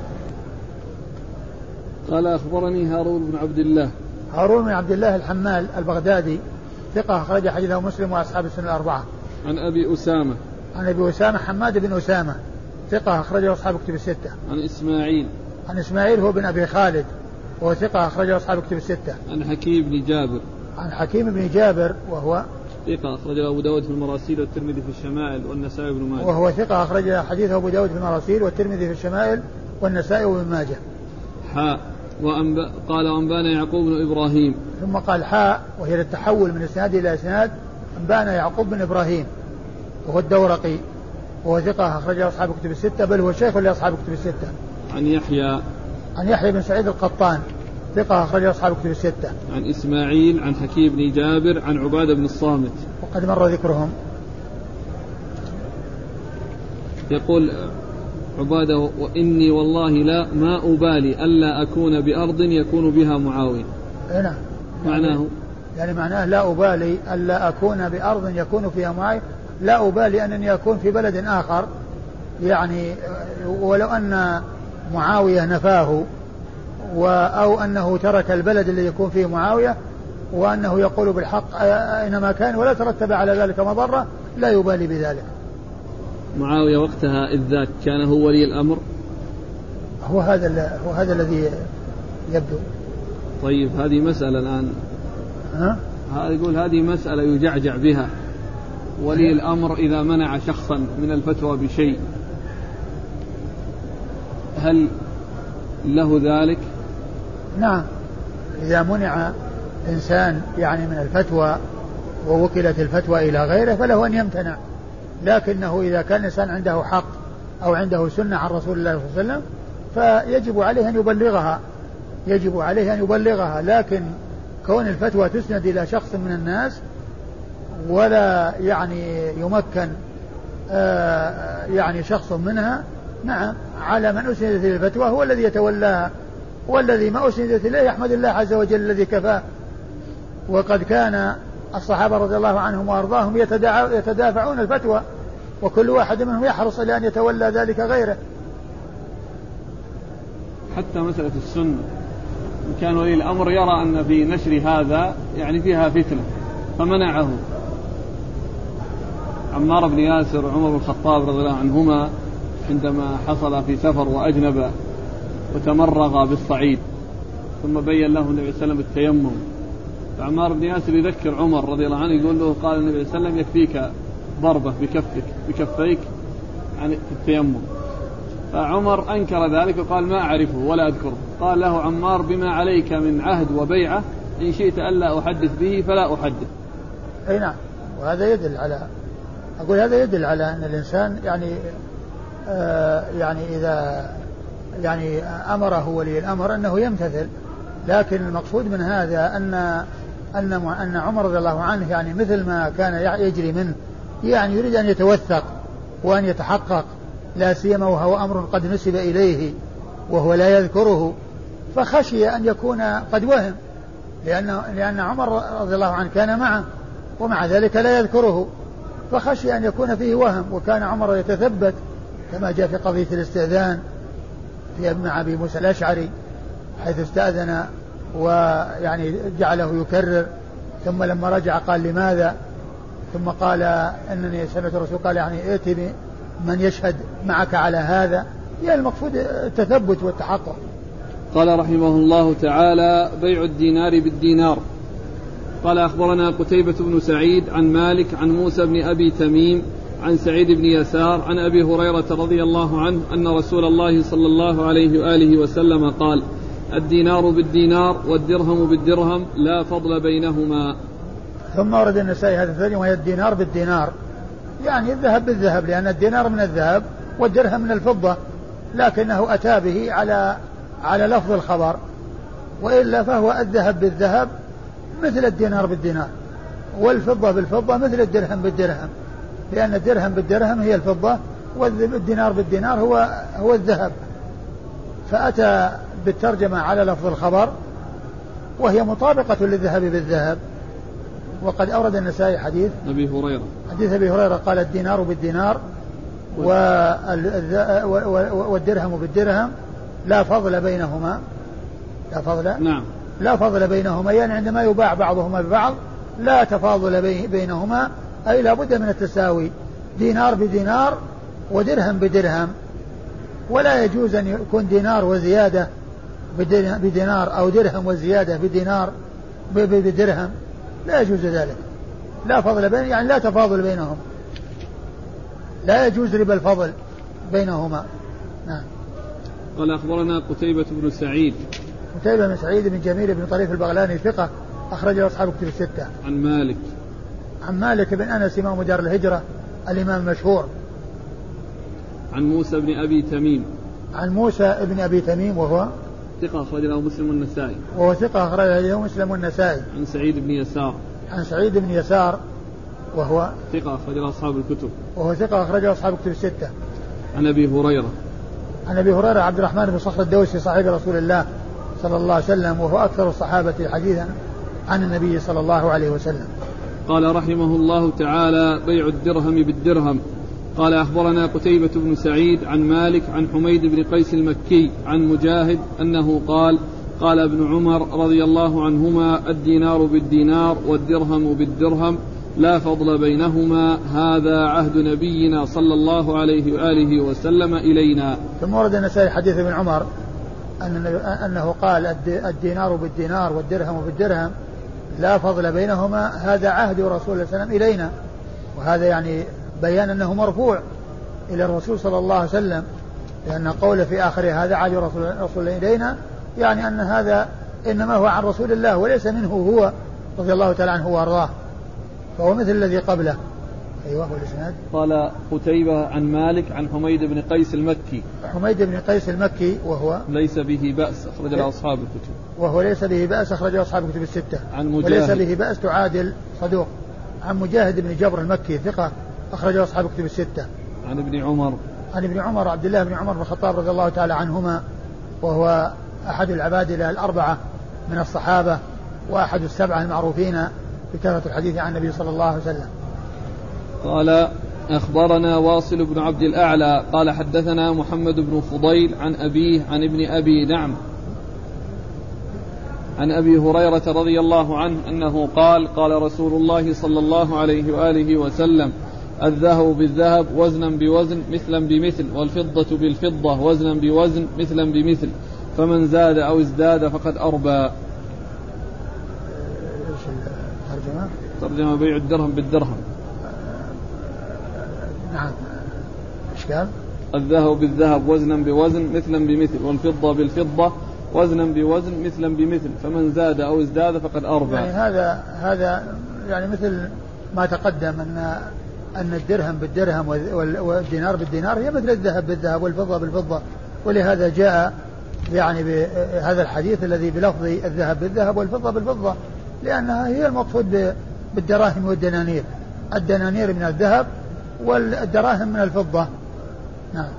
S1: قال أخبرني هارون بن عبد الله.
S2: هارون بن عبد الله الحمال البغدادي ثقة أخرج حديثه مسلم وأصحاب السنة الأربعة.
S1: عن أبي أسامة.
S2: عن أبي أسامة حماد بن أسامة ثقة أخرجه أصحاب كتب الستة.
S1: عن إسماعيل.
S2: عن إسماعيل هو بن أبي خالد وهو ثقة أخرجه أصحاب كتب الستة.
S1: عن حكيم بن جابر.
S2: عن حكيم بن جابر وهو
S1: ثقة أخرجه أبو داود في المراسيل والترمذي في الشمائل والنسائي بن ماجه.
S2: وهو ثقة أخرج حديثه أبو داود في المراسيل والترمذي في الشمائل والنسائي وابن ماجه.
S1: حاء وأنب... قال وأنبانا يعقوب بن إبراهيم.
S2: ثم قال حاء وهي للتحول من إسناد إلى إسناد. أنبانا يعقوب بن إبراهيم وهو الدورقي وهو ثقة أخرجه أصحاب كتب الستة، بل هو شيخ لأصحاب كتب الستة.
S1: عن يحيى
S2: عن يحيى بن سعيد القطان ثقة أخرجه أصحاب كتب الستة.
S1: عن إسماعيل عن حكيم بن جابر عن عبادة بن الصامت
S2: وقد مر ذكرهم.
S1: يقول عبادة: وإني والله لا ما أبالي ألا أكون بأرض يكون بها معاوية.
S2: نعم.
S1: معناه
S2: يعني معناه لا أبالي ألا أكون بأرض يكون فيها معاوية، لا أبالي أنني أكون في بلد آخر، يعني ولو أن معاوية نفاه أو أنه ترك البلد الذي يكون فيه معاوية وأنه يقول بالحق أينما كان ولا ترتب على ذلك مضرة، لا يبالي بذلك.
S1: معاوية وقتها إذ ذاك كان هو ولي الأمر.
S2: هو هذا هو هذا الذي يبدو.
S1: طيب هذه مسألة الآن.
S2: ها؟
S1: يقول هذه مسألة يجعجع بها. ولي الأمر إذا منع شخصا من الفتوى بشيء هل له ذلك؟
S2: نعم، إذا منع إنسان يعني من الفتوى ووكلت الفتوى إلى غيره فله أن يمتنع، لكنه إذا كان الإنسان عنده حق أو عنده سنة عن رسول الله صلى الله عليه وسلم فيجب عليه أن يبلغها، يجب عليه أن يبلغها. لكن كون الفتوى تسند إلى شخص من الناس ولا يعني يمكن آه يعني شخص منها، نعم على من أسندت إلى الفتوى هو الذي يتولاها، والذي ما أسندت إليه يحمد الله عز وجل الذي كفاه. وقد كان الصحابة رضي الله عنهم وأرضاهم يتدافعون الفتوى، وكل واحد منهم يحرص إلى أن يتولى ذلك غيره.
S1: حتى مسألة السنة كان ولي الأمر يرى أن في نشر هذا يعني فيها فتنة فمنعه. عمار بن ياسر وعمر بن الخطاب رضي الله عنهما عندما حصل في سفر وأجنب وتمرغ بالصعيد ثم بين له النبي صلى الله عليه وسلم التيمم، فعمار بن ياسر يذكر عمر رضي الله عنه يقول له: قال النبي صلى الله عليه وسلم يكفيك ضربة بكفك بكفيك عن التيمم. فعمر أنكر ذلك وقال: ما أعرفه ولا أذكره. قال له عمار: بما عليك من عهد وبيعة إن شئت ألا أحدث به فلا أحدث.
S2: أي نعم، وهذا يدل على أقول هذا يدل على أن الإنسان يعني آه يعني إذا يعني أمره ولي الأمر أنه يمتثل. لكن المقصود من هذا أن أن أن عمر رضي الله عنه يعني مثل ما كان يجري منه، يعني يريد أن يتوثق وأن يتحقق، لا سيما وهو أمر قد نسب إليه وهو لا يذكره، فخشي أن يكون قد وهم، لأن لأن عمر رضي الله عنه كان معه ومع ذلك لا يذكره، فخشي أن يكون فيه وهم. وكان عمر يتثبت كما جاء في قضية الاستئذان في مع أبي موسى الأشعري حيث استأذن ويعني جعله يكرر، ثم لما رجع قال: لماذا؟ ثم قال: إنني سمعت الرسول قال يعني ائت من يشهد معك على هذا. يعني المقصود التثبت والتحقق.
S1: قال رحمه الله تعالى: بيع الدينار بالدينار. قال أخبرنا قتيبة بن سعيد عن مالك عن موسى بن أبي تميم عن سعيد بن يسار عن أبي هريرة رضي الله عنه أن رسول الله صلى الله عليه وآله وسلم قال: الدينار بالدينار والدرهم بالدرهم لا فضل بينهما.
S2: ثم ورد النسائي هذا الثاني وهي الدينار بالدينار، يعني الذهب بالذهب، لأن الدينار من الذهب والدرهم من الفضة، لكنه أتى به على على لفظ الخبر، وإلا فهو الذهب بالذهب مثل الدينار بالدينار، والفضة بالفضة مثل الدرهم بالدرهم، لأن الدرهم بالدرهم هي الفضة والدينار بالدينار هو هو الذهب. فأتى بالترجمة على لفظ الخبر وهي مطابقة للذهب بالذهب. وقد أورد النسائي حديث
S1: أبي هريرة
S2: حديث أبي هريرة قال: الدينار بالدينار والدرهم بالدرهم لا فضل بينهما. لا فضل
S1: نعم
S2: لا فضل بينهما، يعني عندما يباع بعضهما ببعض لا تفاضل بينهما، أي لا بد من التساوي، دينار بدينار ودرهم بدرهم. ولا يجوز أن يكون دينار وزيادة بدينار أو درهم وزيادة بدينار بدرهم، لا يجوز ذلك. لا فضل بين يعني لا تفاضل بينهم، لا يجوز ربا الفضل بينهما. نعم.
S1: قال أخبرنا قتيبة بن سعيد
S2: قتيبة بن سعيد بن جميل بن طريف البغلاني ثقة أخرج أصحاب كتب الستة.
S1: عن مالك
S2: عن مالك بن أنس إمام دار الهجرة الإمام المشهور
S1: عن موسى بن أبي تميم.
S2: عن موسى بن أبي تميم وهو
S1: ثقة أخرج له مسلم والنسائي.
S2: وهو ثقة أخرج له مسلم والنسائي.
S1: عن سعيد بن يسار.
S2: عن سعيد بن يسار وهو
S1: ثقة أخرج له أصحاب الكتب.
S2: وهو ثقة أخرج له أصحاب الكتب الستة.
S1: عن أبي هريرة.
S2: عن أبي هريرة عبد الرحمن بن صخر الدوسي صاحب رسول الله صلى الله عليه وسلم وهو أكثر الصحابة حديثا عن النبي صلى الله عليه وسلم.
S1: قال رحمه الله تعالى: بيع الدرهم بالدرهم. قال أخبرنا قتيبة بن سعيد عن مالك عن حميد بن قيس المكي عن مجاهد أنه قال: قال ابن عمر رضي الله عنهما: الدينار بالدينار والدرهم بالدرهم لا فضل بينهما، هذا عهد نبينا صلى الله عليه وآله وسلم إلينا.
S2: ثم ورد النسائي حديث ابن عمر أنه قال: الدينار بالدينار والدرهم بالدرهم لا فضل بينهما، هذا عهد رسول الله صلى الله عليه وسلم إلينا. وهذا يعني بيان أنه مرفوع إلى الرسول صلى الله عليه وسلم، لأن قوله في آخره هذا عهد رسول الله إلينا يعني أن هذا إنما هو عن رسول الله وليس منه هو رضي الله تعالى عنه وارضاه، فهو مثل الذي قبله. أيوة هو الإسناد.
S1: قال قتيبة عن مالك عن حميد بن قيس المكي.
S2: حميد بن قيس المكي وهو
S1: ليس به بأس أخرج له أصحاب الكتب.
S2: وهو ليس به بأس أخرج له أصحاب الكتب الستة.
S1: عن مجاهد.
S2: وليس به بأس تعادل صدوق. عن مجاهد بن جبر المكي ثقة أخرج له أصحاب الكتب الستة.
S1: عن ابن عمر.
S2: عن ابن عمر عبد الله بن عمر بن الخطاب رضي الله تعالى عنهما، وهو أحد العبادلة الأربعة من الصحابة وأحد السبعة المعروفين بكثرة الحديث عن النبي صلى الله عليه وسلم.
S1: قال أخبرنا واصل بن عبد الأعلى قال حدثنا محمد بن فضيل عن أبيه عن ابن أبي نعم عن أبي هريرة رضي الله عنه أنه قال: قال رسول الله صلى الله عليه وآله وسلم: الذهب بالذهب وزنا بوزن مثلا بمثل، والفضة بالفضة وزنا بوزن مثلا بمثل، فمن زاد أو ازداد فقد أربى.
S2: ترجمة
S1: ترجمة بيع الدرهم بالدرهم.
S2: نعم. إشكال؟
S1: الذهب بالذهب وزنا بوزن مثلا بمثل، والفضة بالفضة وزنا بوزن مثلا بمثل، فمن زاد أو ازداد فقد أربى.
S2: يعني هذا هذا يعني مثل ما تقدم أن أن الدرهم بالدرهم والدينار بالدينار هي مثل الذهب بالذهب والفضة بالفضة، ولهذا جاء يعني بهذا الحديث الذي بلفظ الذهب بالذهب والفضة بالفضة، لأنها هي المقصود بالدراهم والدنانير، الدنانير من الذهب والدراهم من الفضة. نعم.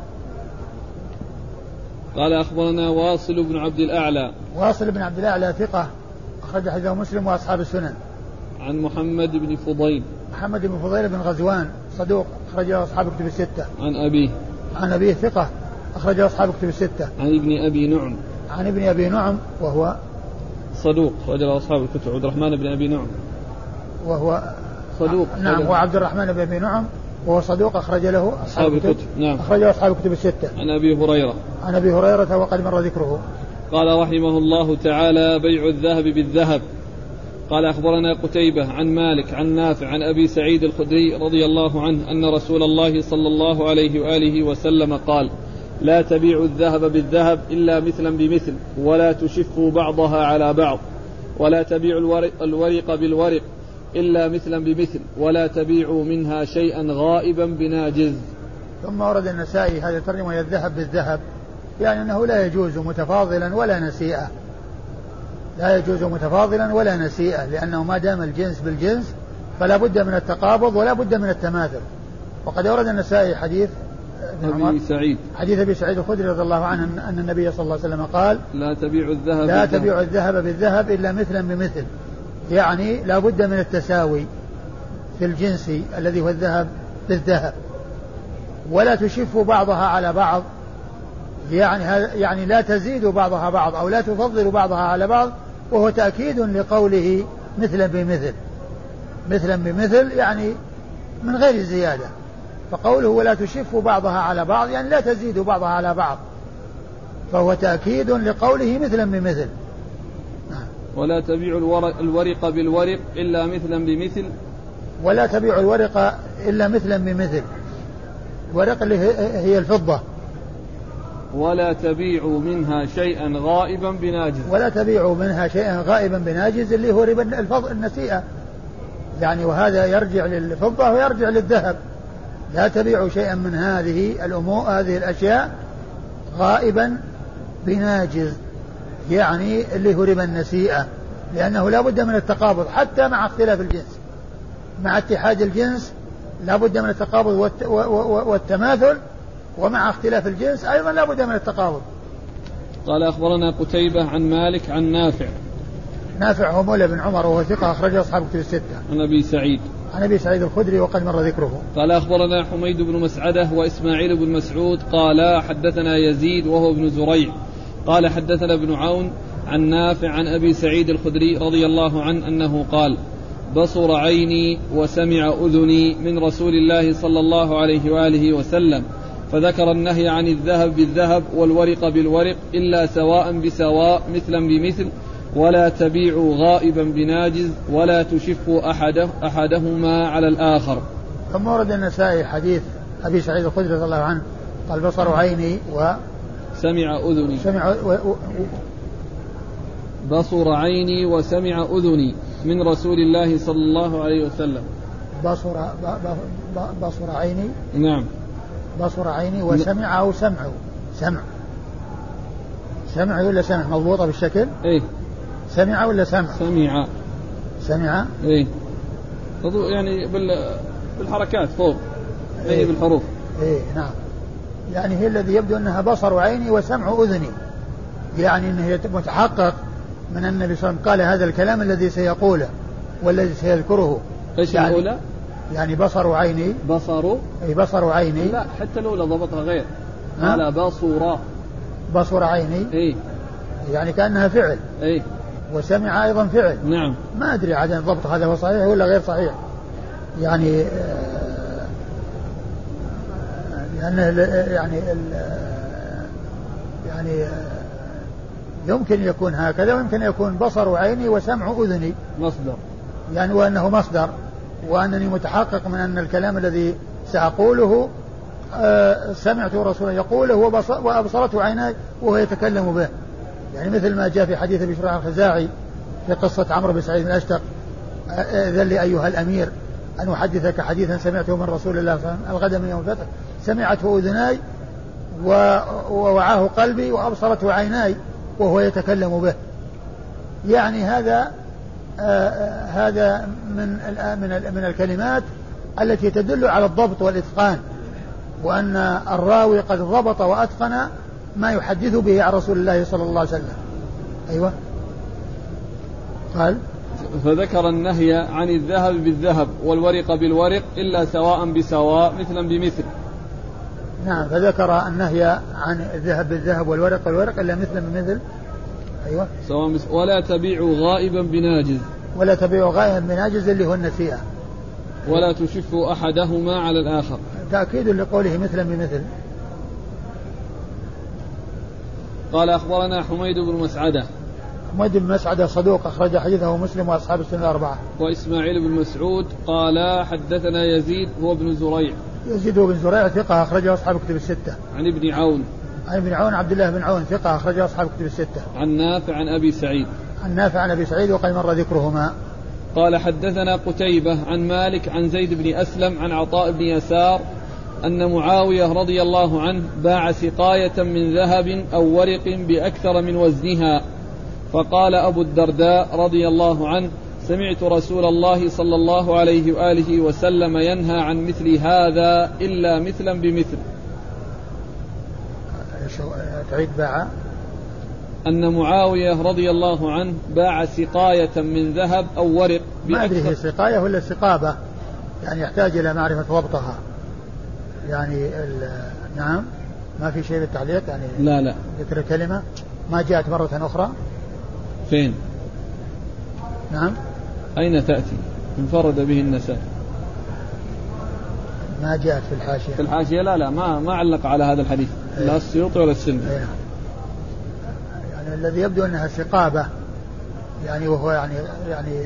S1: قال أخبرنا واصل بن عبد الأعلى.
S2: واصل بن عبد الأعلى ثقة أخرج حديثه مسلم وأصحاب السنن.
S1: عن محمد بن فضيل.
S2: محمد بن فضيل بن غزوان صدوق أخرجه أصحاب الكتب الستة.
S1: عن أبيه.
S2: عن أبيه ثقة أخرجه أصحاب الكتب الستة.
S1: عن ابن أبي نعم.
S2: عن ابن أبي نعم وهو
S1: صدوق أخرجه أصحاب الكتب. عبد الرحمن بن أبي نعم
S2: وهو
S1: صدوق.
S2: نعم. وعبد الرحمن بن أبي نعم وهو صدوق أخرج له
S1: أصحاب الكتب. نعم.
S2: أخرجه أصحاب الكتب الستة.
S1: عن أبي هريرة.
S2: عن أبي هريرة وقد مر ذكره.
S1: قال رحمه الله تعالى: بيع الذهب بالذهب. قال أخبرنا قتيبة عن مالك عن نافع عن أبي سعيد الخدري رضي الله عنه أن رسول الله صلى الله عليه وآله وسلم قال: لا تبيعوا الذهب بالذهب إلا مثلا بمثل، ولا تشفوا بعضها على بعض، ولا تبيعوا الورق, الورق بالورق إلا مثلا بمثل، ولا تبيعوا منها شيئا غائبا بناجز.
S2: ثم ورد النسائي هذا ترجمة الذهب بالذهب، يعني أنه لا يجوز متفاضلا ولا نسيئة، لا يجوز متفاضلا ولا نسيئة، لأنه ما دام الجنس بالجنس فلا بد من التقابض ولا بد من التماثل. وقد ورد النسائي حديث
S1: أبي سعيد
S2: حديث أبي سعيد الخدري رضي الله عنه أن النبي صلى الله عليه وسلم قال:
S1: لا تبيعوا الذهب
S2: لا تبيعوا الذهب بالذهب إلا مثلا بمثل، يعني لا بد من التساوي في الجنس الذي هو الذهب بالذهب، ولا تشفوا بعضها على بعض، يعني يعني لا تزيد بعضها بعض أو لا تفضل بعضها على بعض، وهو تأكيد لقوله مثلا بمثل. مثلا بمثل يعني من غير زيادة، فقوله ولا تشفوا بعضها على بعض يعني لا تزيد بعضها على بعض، فهو تأكيد لقوله مثلا بمثل.
S1: ولا تبيعوا الورق, الورق بالورق إلا مثلا بمثل.
S2: ولا تبيعوا الورق إلا مثلا بمثل، الورق اللي هي الفضة.
S1: ولا تبيعوا منها شيئا غائبا بناجز.
S2: ولا تبيعوا منها شيئا غائبا بناجز اللي هو ربا الفضل النسيئة يعني، وهذا يرجع للفضة ويرجع للذهب، لا تبيعوا شيئا من هذه الأمور هذه الأشياء غائبا بناجز، يعني اللي هو ربا النسيئة، لأنه لا بد من التقابض حتى مع اختلاف الجنس، مع اتحاد الجنس لا بد من التقابض والتماثل، ومع اختلاف الجنس أيضا لا بد من التقابض.
S1: قال أخبرنا قتيبة عن مالك عن نافع.
S2: نافع هو مولى بن عمر وهو ثقة أخرجه أصحاب كتب الستة.
S1: عن أبي سعيد.
S2: عن أبي سعيد الخدري وقد مر ذكره.
S1: قال أخبرنا حميد بن مسعدة وإسماعيل بن مسعود قال حدثنا يزيد وهو ابن زريع قال حدثنا ابن عون عن نافع عن أبي سعيد الخدري رضي الله عنه أنه قال بصر عيني وسمع أذني من رسول الله صلى الله عليه وآله وسلم، فذكر النهي عن الذهب بالذهب والورق بالورق إلا سواء بسواء مثلا بمثل، ولا تبيعوا غائبا بناجز، ولا تشفوا أحده أحدهما على الآخر.
S2: ثم ورد النسائي حديث أبي سعيد الخدري رضي الله عنه قال بصر عيني و
S1: سمع أذني
S2: سمع و... و...
S1: بصر عيني وسمع أذني من رسول الله صلى الله عليه وسلم.
S2: بصر ب... ب... بصر عيني
S1: نعم
S2: بصر عيني وسمع أو سمعه سمع سمع ولا سمع مضبوطة بالشكل
S1: إيه
S2: سمع ولا سمع
S1: سمع
S2: سمع
S1: إيه يعني بال... بالحركات فوق إيه, إيه بالحروف
S2: إيه نعم، يعني هي الذي يبدو أنها بصر عيني وسمع أذني، يعني أنه متحقق من أن النبي صلى الله عليه وسلم قال هذا الكلام الذي سيقوله والذي سيذكره.
S1: إيش
S2: يعني
S1: الأولى؟
S2: يعني بصر عيني
S1: بصر
S2: أي بصر عيني
S1: لا حتى الأولى ضبطها غير قال بصر
S2: بصر عيني
S1: إيه
S2: يعني كأنها فعل
S1: إيه
S2: وسمع أيضا فعل.
S1: نعم
S2: ما أدري عاد الضبط هذا هو صحيح ولا غير صحيح، يعني آه لأنه يعني يعني يمكن يكون هكذا ويمكن يكون بصر عيني وسمع أذني
S1: مصدر،
S2: يعني وأنه مصدر، وأنني متحقق من أن الكلام الذي سأقوله آه سمعت رسولا يقوله وأبصرته عيناي وهو يتكلم به، يعني مثل ما جاء في حديث ابي شريح الخزاعي في قصة عمرو بن سعيد بن الأشتق إذن لي أيها الأمير أن أحدثك حديثا سمعته من رسول الله صلى الله عليه وسلم الغد من يوم الفتح سمعته أذناي ووعاه قلبي وأبصرته عيناي وهو يتكلم به، يعني هذا آه هذا من من من الكلمات التي تدل على الضبط والإتقان، وأن الراوي قد ضبط وأتقن ما يحدث به عن رسول الله صلى الله عليه وسلم. أيوة قال
S1: فذكر النهي عن الذهب بالذهب والورق بالورق إلا سواء بسواء مثلا بمثل.
S2: نعم فذكر النهي عن الذهب بالذهب والورق بالورق إلا مثلا بمثل. أيوة
S1: سواء بس ولا تبيعوا غائبا بناجز
S2: ولا تبيعوا غائبا بناجز اللي هو النسيئة،
S1: ولا تشفوا أحدهما على الآخر
S2: تأكيد لقوله مثلا بمثل.
S1: قال أخبرنا حميد بن مسعدة.
S2: حميد بن مسعدة صدوق أخرج حديثه مسلم وأصحاب السنة الأربعة.
S1: وإسماعيل بن مسعود قال حدثنا يزيد هو ابن زريع.
S2: يزيد هو بن زريع ثقة أخرجه أصحاب كتب الستة.
S1: عن ابن عون.
S2: عن ابن عون عبد الله بن عون ثقة أخرجه أصحاب كتب الستة.
S1: عن نافع عن أبي سعيد.
S2: عن نافع عن أبي سعيد وقد مر ذكرهما.
S1: قال حدثنا قتيبة عن مالك عن زيد بن أسلم عن عطاء بن يسار أن معاوية رضي الله عنه باع سقاية من ذهب أو ورق بأكثر من وزنها، فقال أبو الدرداء رضي الله عنه سمعت رسول الله صلى الله عليه وآله وسلم ينهى عن مثل هذا إلا مثلا بمثل.
S2: تعيد باع
S1: أن معاوية رضي الله عنه باع سقاية من ذهب أو ورق.
S2: ما أدري هي سقاية ولا سقابة، يعني يحتاج إلى معرفة ضبطها، يعني نعم ما في شيء بالتعليق يعني
S1: لا لا
S2: ذكر كلمة ما جاءت مرة أخرى.
S1: فين؟
S2: نعم
S1: أين تأتي؟ انفرد به النسائي.
S2: ما جاءت في الحاشية.
S1: في الحاشية لا لا ما ما علق على هذا الحديث
S2: ايه.
S1: لا السيوطي ولا السندي.
S2: ايه. يعني الذي يبدو أنها سقابة، يعني وهو يعني يعني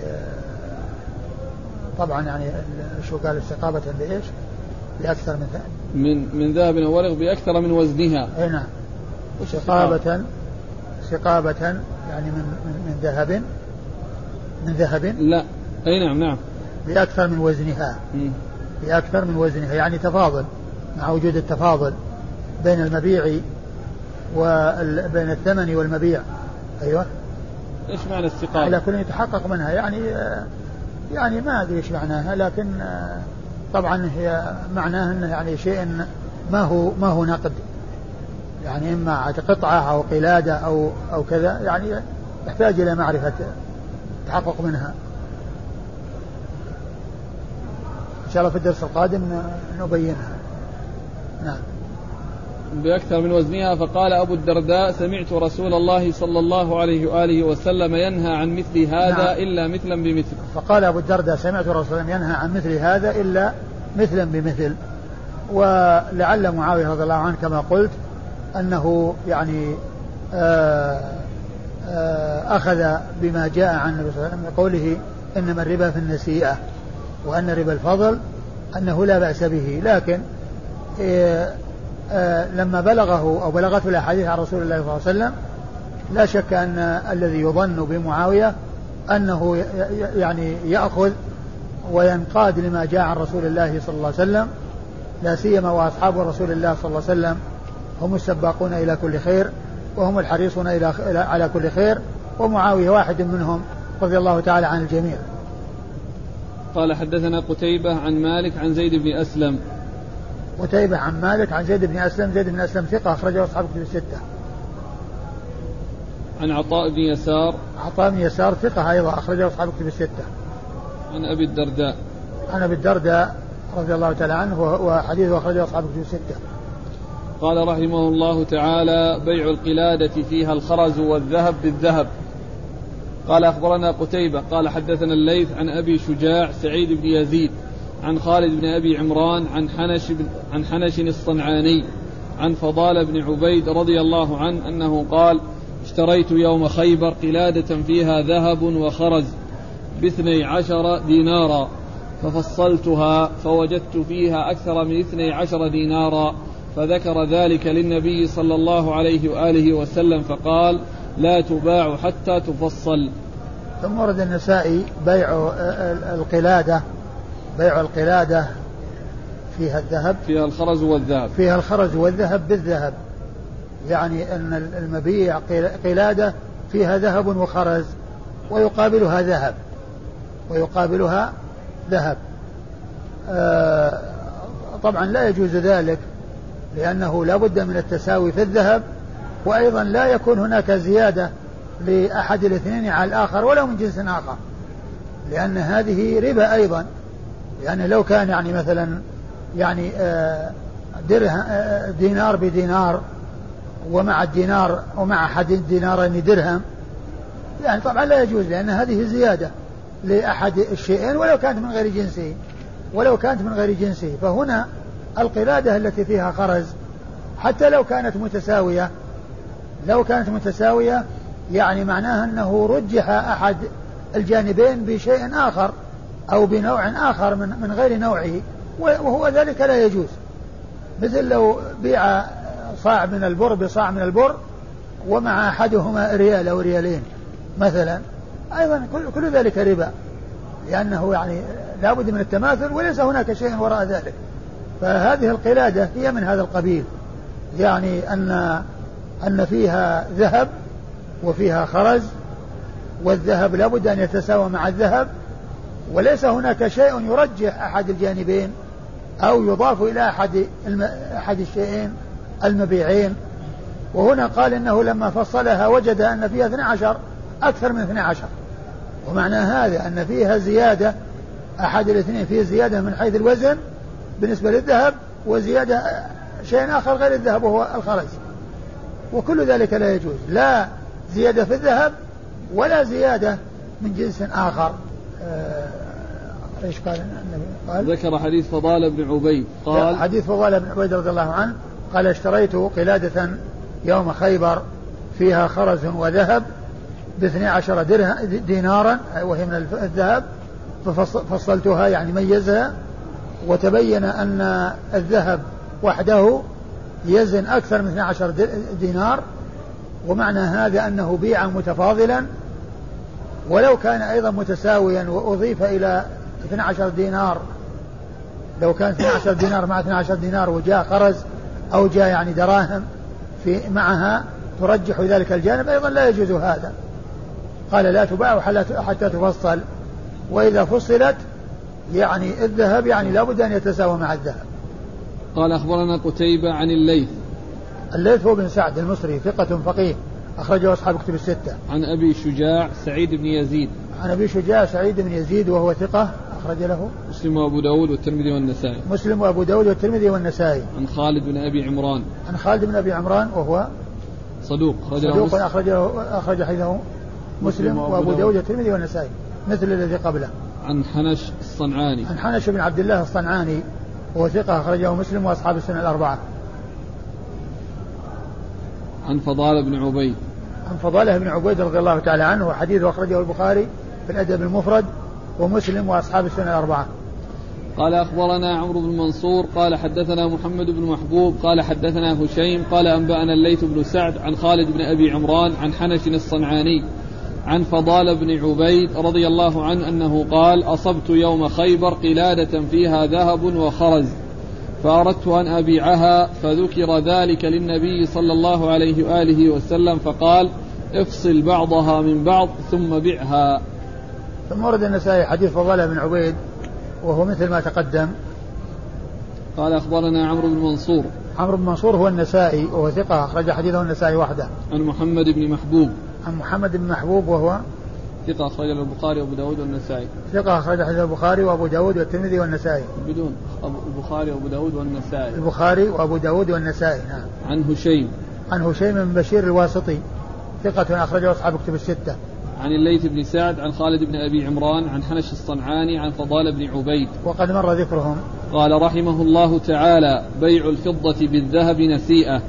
S2: طبعا يعني شو قال السقابة بإيش؟ بأكثر من
S1: من من ذهب أو ورق بأكثر من وزنها.
S2: أي نعم. سقابة سقابة يعني من من, من ذهب من ذهب
S1: لا أي نعم نعم
S2: بأكثر من وزنها.
S1: م.
S2: بأكثر من وزنها، يعني تفاضل مع وجود التفاضل بين المبيع وبين الثمن والمبيع. أيوة.
S1: إيش معنى استقامة؟
S2: على كل يتحقق منها، يعني يعني ما أدري إيش معناها، لكن طبعا هي معناها أنه يعني شيء ما هو ما هو نقد، يعني إما قطعة أو قلادة أو أو كذا، يعني يحتاج إلى معرفة التحقق منها. إن شاء الله في الدرس القادم نبينها. نعم.
S1: بأكثر من وزنها. فقال أبو الدرداء سمعت رسول الله صلى الله عليه وآله وسلم ينهى عن مثل هذا نعم. إلا مثلا بمثل.
S2: فقال أبو الدرداء سمعت رسول الله ينهى عن مثل هذا إلا مثلا بمثل. ولعل معاوية رضي الله عنه كما قلت أنه يعني آآ آآ أخذ بما جاء عن النبي صلى الله عليه وسلم قوله إنما الربا في النسيئة وأن ربا الفضل أنه لا بأس به، لكن لما بلغه أو بلغته الأحاديث عن رسول الله صلى الله عليه وسلم لا شك أن الذي يظن بمعاوية أنه يعني يأخذ وينقاد لما جاء عن رسول الله صلى الله عليه وسلم، لا سيما وأصحاب رسول الله صلى الله عليه وسلم هم السباقون إلى كل خير وهم الحريصون إلى على كل خير، ومعاوية واحد منهم رضي الله تعالى عن الجميع.
S1: قال حدثنا قتيبة عن مالك عن زيد بن أسلم.
S2: قتيبة عن مالك عن زيد بن أسلم. زيد بن أسلم ثقة أخرجه أصحاب الكتب الستة.
S1: عن عطاء بن يسار.
S2: عطاء بن يسار ثقة أيضا أخرجه أصحاب الكتب الستة.
S1: عن أبي الدرداء.
S2: عن أبي الدرداء رضي الله تعالى عنه وحديثه أخرجه أصحاب الكتب الستة.
S1: قال رحمه الله تعالى بيع القلادة فيها الخرز والذهب بالذهب. قال أخبرنا قتيبة قال حدثنا الليث عن أبي شجاع سعيد بن يزيد عن خالد بن أبي عمران عن حنش, بن عن حنش الصنعاني عن فضال بن عبيد رضي الله عنه أنه قال اشتريت يوم خيبر قلادة فيها ذهب وخرز باثني عشر دينارا ففصلتها فوجدت فيها أكثر من اثني عشر دينارا، فذكر ذلك للنبي صلى الله عليه وآله وسلم فقال لا تباع حتى تفصل.
S2: ثم ورد النسائي بيع القلادة بيع القلادة فيها الذهب
S1: فيها الخرز والذهب
S2: فيها الخرز والذهب بالذهب، يعني أن المبيع قلادة فيها ذهب وخرز ويقابلها ذهب ويقابلها ذهب آه طبعا لا يجوز ذلك، لأنه لا بد من التساوي في الذهب، وأيضا لا يكون هناك زيادة لأحد الاثنين على الآخر ولو من جنس آخر، لأن هذه ربا أيضا. يعني لو كان يعني مثلا يعني درهم دينار بدينار ومع الدينار ومع أحد دينارين درهم، يعني طبعا لا يجوز، لأن هذه زيادة لأحد الشيئين ولو كانت من غير جنسه ولو كانت من غير جنسه. فهنا القلادة التي فيها خرز حتى لو كانت متساوية لو كانت متساوية يعني معناها أنه رجح أحد الجانبين بشيء آخر أو بنوع آخر من, من غير نوعه، وهو ذلك لا يجوز. مثل لو بيع صاع من البر بصاع من البر ومع أحدهما ريال أو ريالين مثلا، أيضا كل, كل ذلك ربا، لأنه يعني لا بد من التماثل وليس هناك شيء وراء ذلك. فهذه القلادة هي من هذا القبيل، يعني أن أن فيها ذهب وفيها خرز، والذهب لا بد أن يتساوى مع الذهب، وليس هناك شيء يرجح أحد الجانبين أو يضاف إلى أحد الم... أحد الشيئين المبيعين. وهنا قال إنه لما فصلها وجد أن فيها اثني عشر أكثر من اثني عشر، ومعنى هذا أن فيها زيادة، أحد الاثنين فيه زيادة من حيث الوزن بالنسبة للذهب، وزيادة شيء آخر غير الذهب وهو الخرز، وكل ذلك لا يجوز، لا زيادة في الذهب ولا زيادة من جنس آخر. آه ايش قال النبي؟ قال
S1: ذكر حديث فضال بن عبيد قال
S2: حديث فضال بن عبيد رضي الله عنه قال اشتريت قلادة يوم خيبر فيها خرز وذهب باثني عشر درهم دينارا وهي من الذهب، ففصلتها يعني ميزها، وتبين أن الذهب وحده يزن أكثر من اثني عشر دينار، ومعنى هذا أنه بيع متفاضلا، ولو كان أيضا متساويا وأضيف إلى اثني عشر دينار لو كان اثني عشر دينار مع اثني عشر دينار وجاء خرز أو جاء يعني دراهم في معها ترجح ذلك الجانب أيضا لا يجوز هذا. قال لا تباع حتى تفصل، وإذا فصلت يعني الذهب يعني لا بد أن يتساوى مع الذهب.
S1: قال أخبرنا قتيبة عن الليث.
S2: الليث هو بن سعد المصري ثقة فقيه أخرجه أصحاب كتب الستة.
S1: عن أبي شجاع سعيد بن يزيد.
S2: عن أبي شجاع سعيد بن يزيد وهو ثقة أخرج له
S1: مسلم وأبو داود والترمذي والنسائي.
S2: مسلم وأبو داود والترمذي والنسائي.
S1: عن خالد بن أبي عمران.
S2: عن خالد بن أبي عمران وهو
S1: صدوق
S2: صدوق أخرجه أخرج حديثه مسلم وأبو داود والترمذي والنسائي مثل الذي قبله.
S1: عن حنش الصنعاني.
S2: عن حنش بن عبد الله الصنعاني وهو ثقة أخرجه مسلم وأصحاب السنة الأربعة.
S1: عن فضالة بن عبيد.
S2: عن فضالة بن عبيد رضي الله تعالى عنه وحديثه أخرجه البخاري في الأدب المفرد ومسلم وأصحاب السنة الأربعة.
S1: قال أخبرنا عمرو بن منصور قال حدثنا محمد بن محبوب قال حدثنا هشيم قال أنبأنا الليث بن سعد عن خالد بن أبي عمران عن حنش الصنعاني عن فضال بن عبيد رضي الله عنه أنه قال أصبت يوم خيبر قلادة فيها ذهب وخرز فأردت أن أبيعها فذكر ذلك للنبي صلى الله عليه وآله وسلم فقال افصل بعضها من بعض ثم بيعها.
S2: ثم ورد النسائي حديث فضال بن عبيد وهو مثل ما تقدم.
S1: قال أخبرنا عمرو بن منصور.
S2: عمرو بن منصور هو النسائي وهو ثقة أخرج حديثه النسائي وحده.
S1: عن محمد بن محبوب.
S2: عن محمد بن محبوب وهو
S1: ثقة أخرج البخاري وأبو داود والنسائي.
S2: ثقة أخرج حديث البخاري وأبو داود والترمذي والنسائي.
S1: بدون البخاري وأبو داود والنسائي.
S2: البخاري وأبو داود والنسائي. نعم.
S1: عن هشيم.
S2: عن هشيم بن بشير الواسطي ثقة أخرجه أصحاب كتب الستة.
S1: عن الليث بن سعد عن خالد بن أبي عمران عن حنش الصنعاني عن فضال بن عبيد
S2: وقد مر ذكرهم.
S1: قال رحمه الله تعالى بيع الفضة بالذهب نسيئة.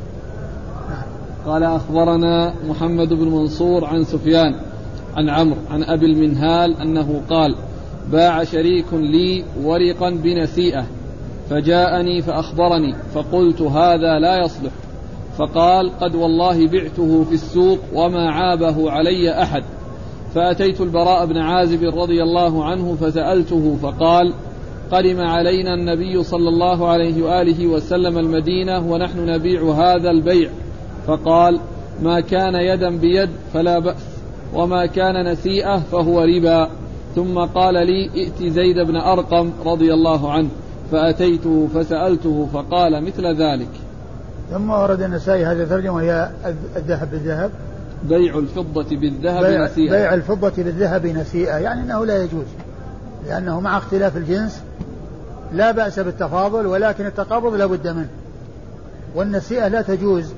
S1: قال أخبرنا محمد بن منصور عن سفيان عن عمرو عن أبي المنهال أنه قال باع شريك لي ورقا بنسيئة فجاءني فأخبرني فقلت هذا لا يصلح فقال قد والله بعته في السوق وما عابه علي أحد فأتيت البراء بن عازب رضي الله عنه فسألته فقال قدم علينا النبي صلى الله عليه وآله وسلم المدينة ونحن نبيع هذا البيع فقال ما كان يدا بيد فلا بأس وما كان نسيئة فهو ربا ثم قال لي ائت زيد بن أرقم رضي الله عنه فأتيته فسألته فقال مثل ذلك.
S2: ثم ورد النسائي هذه الترجمة وهي الذهب بالذهب
S1: بيع الفضة بالذهب
S2: بيع
S1: نسيئة.
S2: بيع الفضة بالذهب نسيئة يعني أنه لا يجوز لأنه مع اختلاف الجنس لا بأس بالتفاضل ولكن التقابض لا بد منه والنسيئة لا تجوز.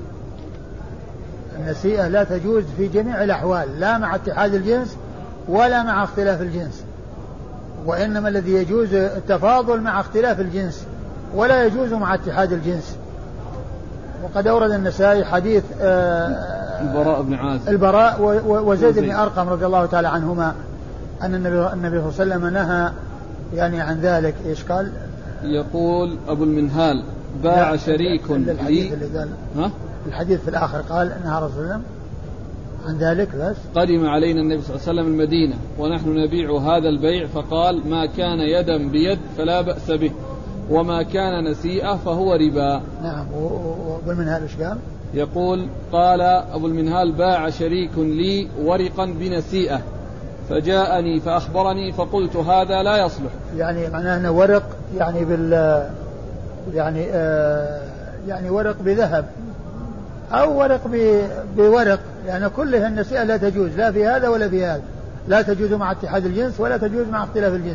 S2: النسيئة لا تجوز في جميع الأحوال لا مع اتحاد الجنس ولا مع اختلاف الجنس وإنما الذي يجوز التفاضل مع اختلاف الجنس ولا يجوز مع اتحاد الجنس. وقد أورد النسائي حديث
S1: البراء بن عازب
S2: البراء وزيد بن أرقم رضي الله تعالى عنهما أن النبي, النبي صلى الله عليه وسلم نهى يعني عن ذلك. إيش قال؟
S1: يقول أبو المنهال باع شريك
S2: لي اللي قال ها؟ الحديث في الآخر قال نهى رسول الله عن ذلك بس
S1: قدم علينا النبي صلى الله عليه وسلم المدينة ونحن نبيع هذا البيع فقال ما كان يدا بيد فلا بأس به وما كان نسيئة فهو ربا.
S2: نعم. وأبو المنهال إيش قال؟
S1: يقول قال أبو المنهال باع شريك لي ورقا بنسيئة فجاءني فأخبرني فقلت هذا لا يصلح
S2: يعني معناه أنه ورق يعني بال يعني آه يعني ورق بذهب أو ورق بورق يعني كلها النسيئة لا تجوز لا في هذا ولا في هذا لا تجوز مع اتحاد الجنس ولا تجوز مع اختلاف الجنس.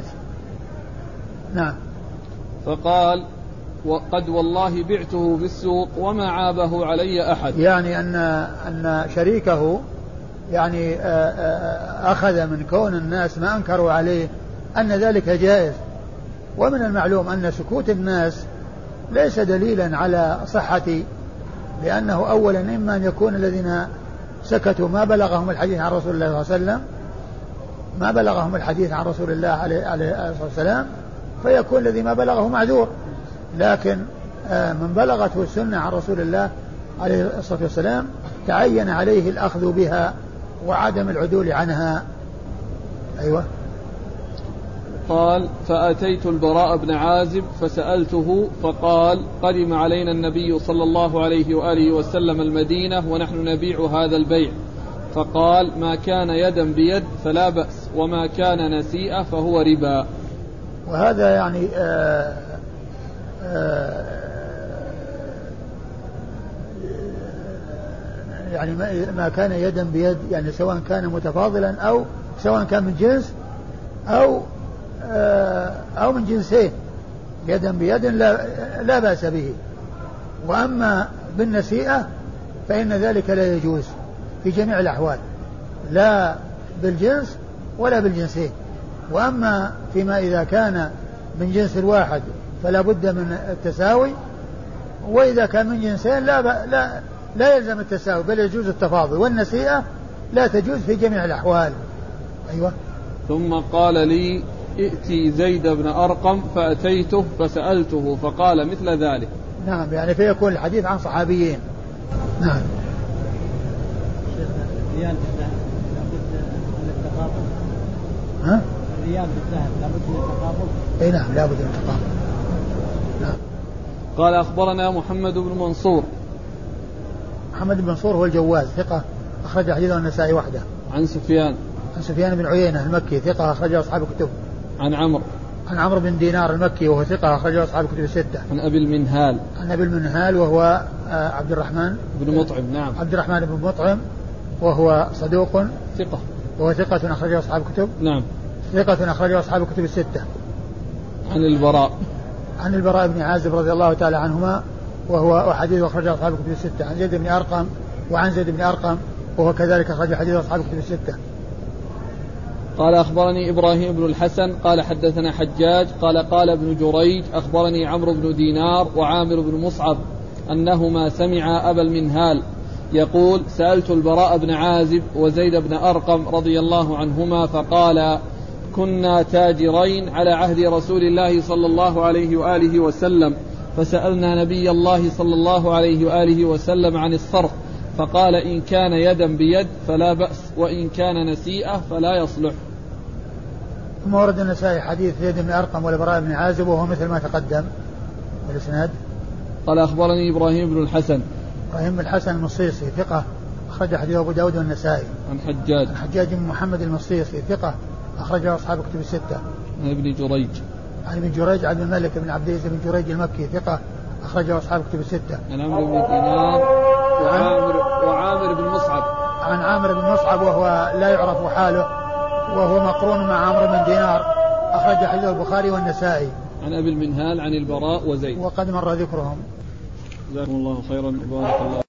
S2: نعم.
S1: فقال وقد والله بعته في السوق وما عابه علي أحد
S2: يعني أن أن شريكه يعني أخذ من كون الناس ما أنكروا عليه أن ذلك جائز ومن المعلوم أن سكوت الناس ليس دليلا على صحة لأنه أولا إما أن يكون الذين سكتوا ما بلغهم الحديث عن رسول الله صلى الله عليه وسلم ما بلغهم الحديث عن رسول الله عليه الصلاة والسلام فيكون الذي ما بلغه معذور لكن من بلغته السنة عن رسول الله عليه الصلاة والسلام تعين عليه الأخذ بها وعدم العدول عنها. أيوة.
S1: قال فأتيت البراء بن عازب فسألته فقال قدم علينا النبي صلى الله عليه وآله وسلم المدينة ونحن نبيع هذا البيع، فقال ما كان يدا بيد فلا بأس وما كان نسيئة فهو ربا.
S2: وهذا يعني آآ آآ يعني ما كان يدا بيد، يعني سواء كان متفاضلا أو سواء كان من جنس أو أو من جنسين، يدا بيد لا, لا بأس به. وأما بالنسيئة فإن ذلك لا يجوز في جميع الأحوال، لا بالجنس ولا بالجنسين. وأما فيما إذا كان من جنس الواحد فلا بد من التساوي، وإذا كان من جنسين لا, لا, لا يلزم التساوي بل يجوز التفاضل، والنسيئة لا تجوز في جميع الأحوال. أيوة.
S1: ثم قال لي ائتي زيد بن أرقم فأتيته فسألته فقال مثل ذلك.
S2: نعم، يعني فيكون الحديث عن صحابيين. نعم.
S3: الريال بالذهب لابد من التقابل.
S2: ها؟
S3: الريال بالذهب لابد من التقابل.
S2: اي نعم لابد من التقابل. نعم.
S1: قال أخبرنا محمد بن منصور.
S2: محمد بن منصور هو الجواز، ثقة أخرج حديثه النسائي وحده.
S1: عن سفيان.
S2: عن سفيان بن عيينة المكي ثقة أخرجه أصحاب الكتب.
S1: عن عمرو.
S2: عن عمرو بن دينار المكي وهو ثقة أخرجه أصحاب الكتب الستة.
S1: عن أبي المنهال.
S2: عن أبي المنهال وهو عبد الرحمن
S1: بن مطعم. نعم.
S2: عبد الرحمن بن مطعم وهو صدوق
S1: ثقة
S2: وهو ثقة أخرجه أصحاب الكتب.
S1: نعم.
S2: ثقة أخرجه أصحاب الكتب الستة.
S1: عن البراء.
S2: عن البراء بن عازب رضي الله تعالى عنهما وهو حديث أخرجه أصحاب الكتب الستة. عن زيد بن أرقم وعن زيد بن أرقم وهو كذلك أخرج حديث أصحاب الكتب الستة.
S1: قال أخبرني إبراهيم بن الحسن قال حدثنا حجاج قال قال ابن جريج أخبرني عمرو بن دينار وعامر بن مصعب أنهما سمع أبا المنهال يقول سألت البراء بن عازب وزيد بن أرقم رضي الله عنهما فقال كنا تاجرين على عهد رسول الله صلى الله عليه وآله وسلم فسألنا نبي الله صلى الله عليه وآله وسلم عن الصرف فقال إن كان يدا بيد فلا بأس وإن كان نسيئة فلا يصلح.
S2: ثم ورد النسائي حديث زيد بن أرقم والبراء بن عازب وهو مثل ما تقدم بالإسناد.
S1: قال أخبرني إبراهيم بن الحسن.
S2: إبراهيم بن الحسن المصيصي ثقة أخرج حديث أبو داود والنسائي.
S1: عن حجاج.
S2: عن حجاج بن محمد المصيصي ثقة أخرجه أصحاب الكتب الستة.
S1: عن ابن جريج.
S2: عن ابن جريج عبد الملك بن عبد العزيز بن جريج المكي ثقة أخرجه أصحاب الكتب الستة.
S1: عن عمرو بن دينار وعامر, وعامر بن مصعب.
S2: عن عامر بن مصعب وهو لا يعرف حاله وهو مقرون مع عمرو بن دينار أخرج حديث البخاري والنسائي.
S1: عن أبي المنهال عن البراء وزيد
S2: وقد مر ذكرهم.
S1: جزاكم الله خيرا وبارك الله.